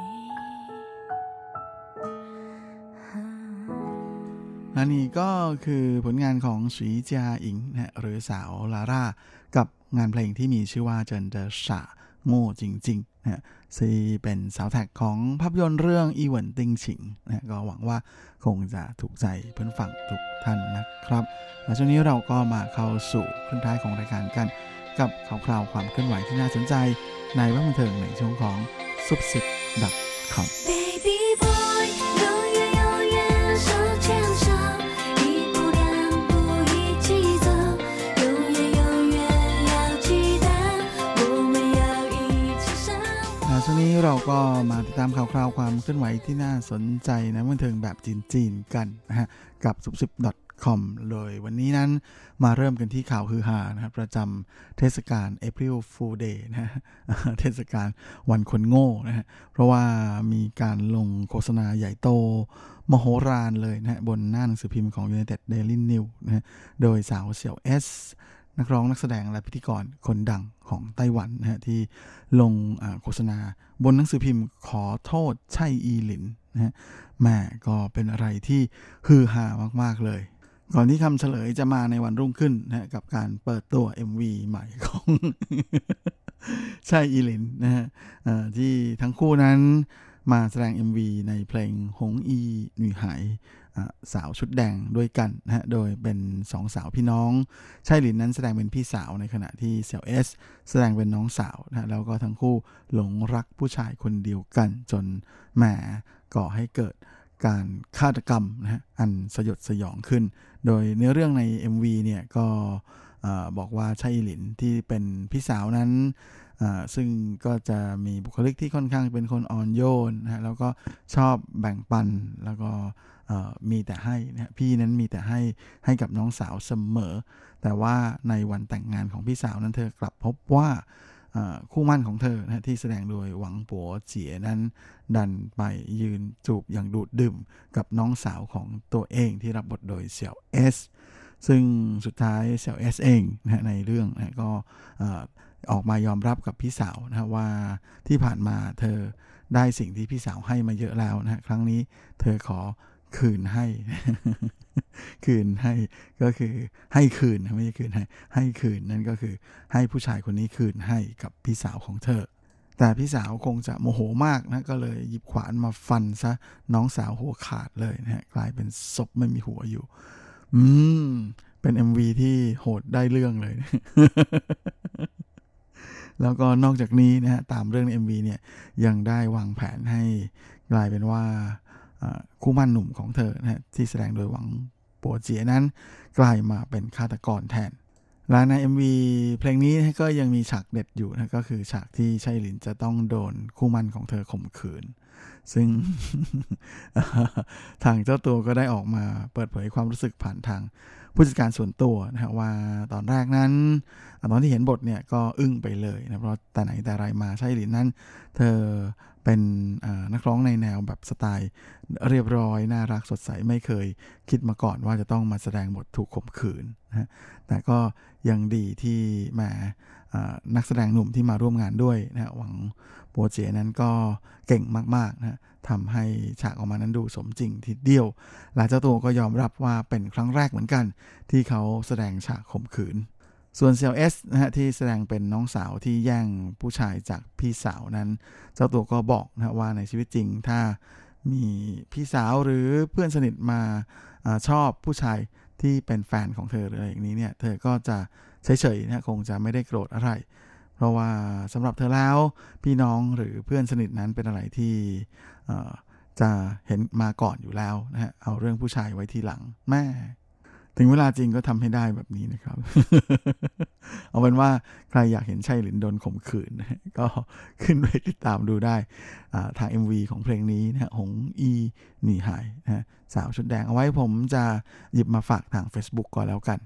และนี่ก็คือผลงานของสุยจาอิงนะหรือสาวลาร่ากับงานเพลงที่มีชื่อว่าเจินเดอฉาโง่จริงๆนะซึ่งเป็นซาวด์แทร็กของภาพยนตร์เรื่องอีเหวินติงฉิงนะก็หวังว่าคงจะถูกใจเพื่อนฝั่งทุกท่านนะครับและช่วงนี้เราก็มาเข้าสู่ครึ่งท้ายของรายการกันกับข่าวคราวความเคลื่อนไหวที่น่าสนใจในแวดวงบันเทิงในช่วงของ ซุปซิป ดอท คอม Baby boy， 永远永远手牵手，一步两步一起走，永远永远要记得，我们要一起生活。 ช่วงนี้เราก็มาติดตามข่าวคราวความเคลื่อนไหวที่น่าสนใจในบันเทิงแบบจีนๆกันนะฮะกับ ซุปซิป ดอท คอม เลยวันนี้นั้นมาเริ่มกันที่ข่าวฮือฮานะครับประจำเทศกาล April Fool Day นะฮะเทศกาลวันคนโง่นะฮะเพราะว่ามีการลงโฆษณาใหญ่โตมโหฬารเลยนะฮะบนหน้าหนังสือพิมพ์ของ United Daily News นะฮะโดยสาวเสี่ยวเอสนักร้องนักแสดงและพิธีกรคนดังของไต้หวันนะฮะที่ลงโฆษณาบนหนังสือพิมพ์ขอโทษไช่อีหลินนะฮะแม่ก็เป็นอะไรที่ฮือฮามากๆเลยก่อนที่คำเฉลยจะมาในวันรุ่งขึ้นนะกับการเปิดตัว เอ็ม วี ใหม่ของ ไช่อีหลินนะฮะที่ทั้งคู่นั้นมาแสดง เอ็ม วี ในเพลงหงอีหนุ่ยหายสาวชุดแดงด้วยกันนะฮะโดยเป็นสองสาวพี่น้องไช่หลินนั้นแสดงเป็นพี่สาวในขณะที่เสี่ยวเอสแสดงเป็นน้องสาวนะแล้วก็ทั้งคู่หลงรักผู้ชายคนเดียวกันจนแหมก่อให้เกิดการฆาตกรรมนะฮะอันสยดสยองขึ้นโดยเนื้อเรื่องใน เอ็ม วี เนี่ยก็บอกว่าไช่หลินที่เป็นพี่สาวนั้นซึ่งก็จะมีบุคลิกที่ค่อนข้างเป็นคนอ่อนโยนนะฮะแล้วก็ชอบแบ่งปันแล้วก็มีแต่ให้นะพี่นั้นมีแต่ให้ให้กับน้องสาวเสมอแต่ว่าในวันแต่งงานของพี่สาวนั้นเธอกลับพบว่าคู่มั่นของเธอนะที่แสดงโดยหวังปัวเจี๋ยนั้นดันไปยืนจูบอย่างดูดดื่มกับน้องสาวของตัวเองที่รับบทโดยเสี่ยวเอสซึ่งสุดท้ายเสี่ยวเอสเองนะในเรื่องนะก็ออกมายอมรับกับพี่สาวนะว่าที่ผ่านมาเธอได้สิ่งที่พี่สาวให้มาเยอะแล้วนะครั้งนี้เธอขอคืนให้ คืนให้ก็คือให้คืนไม่ใช่คืนให้ให้คืนนั่นก็คือให้ผู้ชายคนนี้คืนให้กับพี่สาวของเธอแต่พี่สาวคงจะโมโหมากนะก็เลยหยิบขวานมาฟันซะน้องสาวหัวขาดเลยนะฮะกลายเป็นศพไม่มีหัวอยู่อืมเป็น เอ็ม วี ที่โหดได้เรื่องเลย แล้วก็นอกจากนี้นะฮะตามเรื่องใน เอ็ม วี เนี่ยยังได้วางแผนให้กลายเป็นว่าคู่มั่นหนุ่มของเธอนะฮะที่แสดงโดยหวังปัวเจี๋ยนั้นกลายมาเป็นฆาตกรแทนและใน เอ็ม วี เพลงนี้ก็ยังมีฉากเด็ดอยู่นะก็คือฉากที่ไช่หลินจะต้องโดนคู่มั่นของเธอข่มขืนซึ่ง ทางเจ้าตัวก็ได้ออกมาเปิดเผยความรู้สึกผ่านทางผู้จัดการส่วนตัวนะฮะว่าตอนแรกนั้นตอนที่เห็นบทเนี่ยก็อึ้งไปเลยนะเพราะแต่ไหนแต่ไรมาไช่หลินนั้นเธอเป็นนักร้องในแนวแบบสไตล์เรียบร้อยน่ารักสดใสไม่เคยคิดมาก่อนว่าจะต้องมาแสดงบทถูกข่มขืนนะแต่ก็ยังดีที่มานักแสดงหนุ่มที่มาร่วมงานด้วยนะหวังโปเจนั้นก็เก่งมากๆนะทำให้ฉากออกมานั้นดูสมจริงทีเดียวหลายเจ้าตัวก็ยอมรับว่าเป็นครั้งแรกเหมือนกันที่เขาแสดงฉากข่มขืนส่วนเซียวเอสนะฮะที่แสดงเป็นน้องสาวที่แย่งผู้ชายจากพี่สาวนั้นเจ้าตัวก็บอกนะว่าในชีวิตจริงถ้ามีพี่สาวหรือเพื่อนสนิทมาอาชอบผู้ชายที่เป็นแฟนของเธอหรืออะไรอย่างนี้เนี่ยเธอก็จะเฉยๆนะคงจะไม่ได้โกรธอะไรเพราะว่าสำหรับเธอแล้วพี่น้องหรือเพื่อนสนิทนั้นเป็นอะไรที่จะเห็นมาก่อนอยู่แล้วนะฮะเอาเรื่องผู้ชายไว้ทีหลังแม่ถึงเวลาจริงก็ทำให้ได้แบบนี้นะครับ เอาเป็นว่าใครอยากเห็นชัยหลินโดนข่มขืนนะก็ขึ้นไปติดตามดูได้ทาง เอ็ม วี ของเพลงนี้นะฮะหงอีหนีหายนะสาวชุดแดงเอาไว้ผมจะหยิบมาฝากทาง Facebook ก่อนแล้วกัน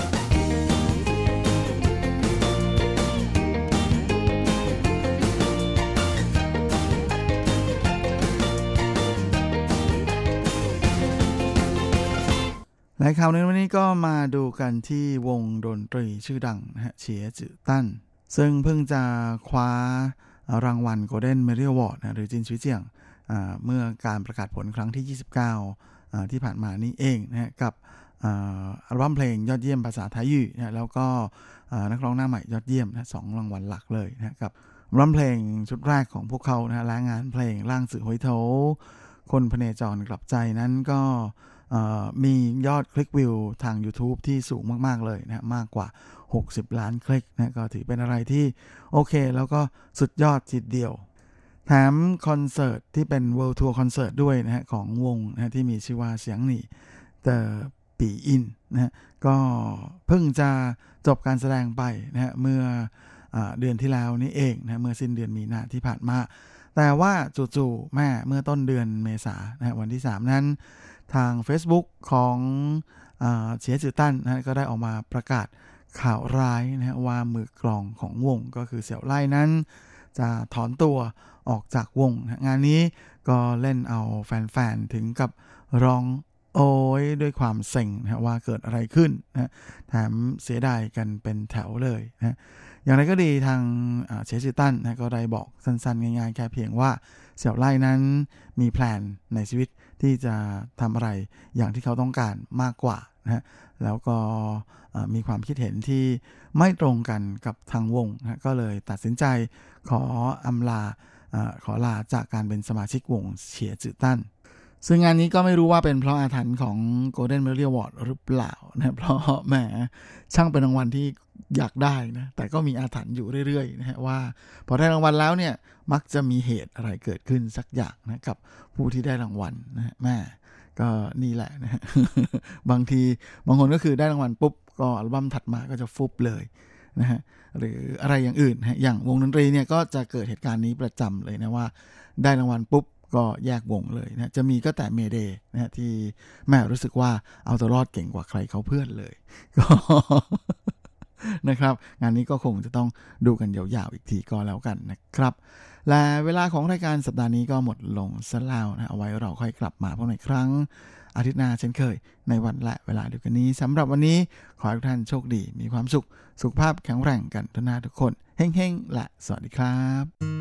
และข่าวในวันนี้ก็มาดูกันที่วงดนตรีชื่อดังนะฮะเฉียจื่อตั้นซึ่งเพิ่งจะคว้ารางวัล Golden Merit Award นะหรือจินชุยเจียงเมื่อการประกาศผลครั้งที่ยี่สิบเก้าที่ผ่านมานี่เองนะฮะกับอัลบั้มเพลงยอดเยี่ยมภาษาไทยยู่นะแล้วก็นักร้องหน้าใหม่ยอดเยี่ยมนะสองรางวัลหลักเลยนะกับอัลบั้มเพลงชุดแรกของพวกเขานะและงานเพลงล่างสื่อหวยโถคนพเนจรกลับใจนั้นก็มียอดคลิกวิวทาง YouTube ที่สูงมากๆเลยนะมากกว่าหกสิบล้านคลิกนะก็ถือเป็นอะไรที่โอเคแล้วก็สุดยอดทีเดียวแถมคอนเสิร์ตที่เป็น World Tour Concert ด้วยนะฮะของวงนะที่มีชื่อว่าเสียงหนี่เตอปีอินนะฮะก็เพิ่งจะจบการแสดงไปนะฮะเมื่อเดือนที่แล้วนี่เองนะเมื่อสิ้นเดือนมีนาที่ผ่านมาแต่ว่าจู่ๆแม่เมื่อต้นเดือนเมษายนนะฮะวันที่สามนั้นทาง Facebook ของเฉียจื่อตั้นนะก็ได้ออกมาประกาศข่าวร้ายนะว่ามือกลองของวงก็คือเสี่ยวไล่นั้นจะถอนตัวออกจากวงนะงานนี้ก็เล่นเอาแฟนๆถึงกับร้องโอยด้วยความเซ็งนะว่าเกิดอะไรขึ้นนะแถมเสียดายกันเป็นแถวเลยนะอย่างไรก็ดีทางเฉียจื่อตั้นนะก็ได้บอกสั้นๆง่ายๆแค่เพียงว่าเสี่ยวไล่นั้นมีแพลนในชีวิตที่จะทำอะไรอย่างที่เขาต้องการมากกว่านะฮะแล้วก็มีความคิดเห็นที่ไม่ตรงกันกับทางวงนะก็เลยตัดสินใจขออำลาขอลาจากการเป็นสมาชิกวงเฉียจื่อตั้นซึ่งงานนี้ก็ไม่รู้ว่าเป็นเพราะอาถรรพ์ของ Golden Merit Award หรือเปล่านะเพราะแหมช่างเป็นรางวัลที่อยากได้นะแต่ก็มีอาถรรพ์อยู่เรื่อยๆนะฮะว่าพอได้รางวัลแล้วเนี่ยมักจะมีเหตุอะไรเกิดขึ้นสักอย่างนะกับผู้ที่ได้รางวัลนะฮะแม่ก็นี่แหละนะฮะ บางทีบางคนก็คือได้รางวัลปุ๊บก็อัลบั้มถัดมาก็จะฟุบเลยนะฮะหรืออะไรอย่างอื่นนะอย่างวงดนตรีเนี่ยก็จะเกิดเหตุการณ์นี้ประจำเลยนะว่าได้รางวัลปุ๊บก็แยกวงเลยนะจะมีก็แต่เมเดย์นะฮะที่แม่รู้สึกว่าเอาตัวรอดเก่งกว่าใครเขาเพื่อนเลยก็ นะครับงานนี้ก็คงจะต้องดูกันยาวๆอีกทีก็แล้วกันนะครับและเวลาของรายการสัปดาห์นี้ก็หมดลงซะแล้วนะเอาไว้เราค่อยกลับมาพบกันอีกครั้งอาทิตย์หน้าเช่นเคยในวันและเวลาเดียวกันนี้สำหรับวันนี้ขอให้ทุกท่านโชคดีมีความสุขสุขภาพแข็งแรงกันทุกท่านทุกคนเฮ้งๆและสวัสดีครับ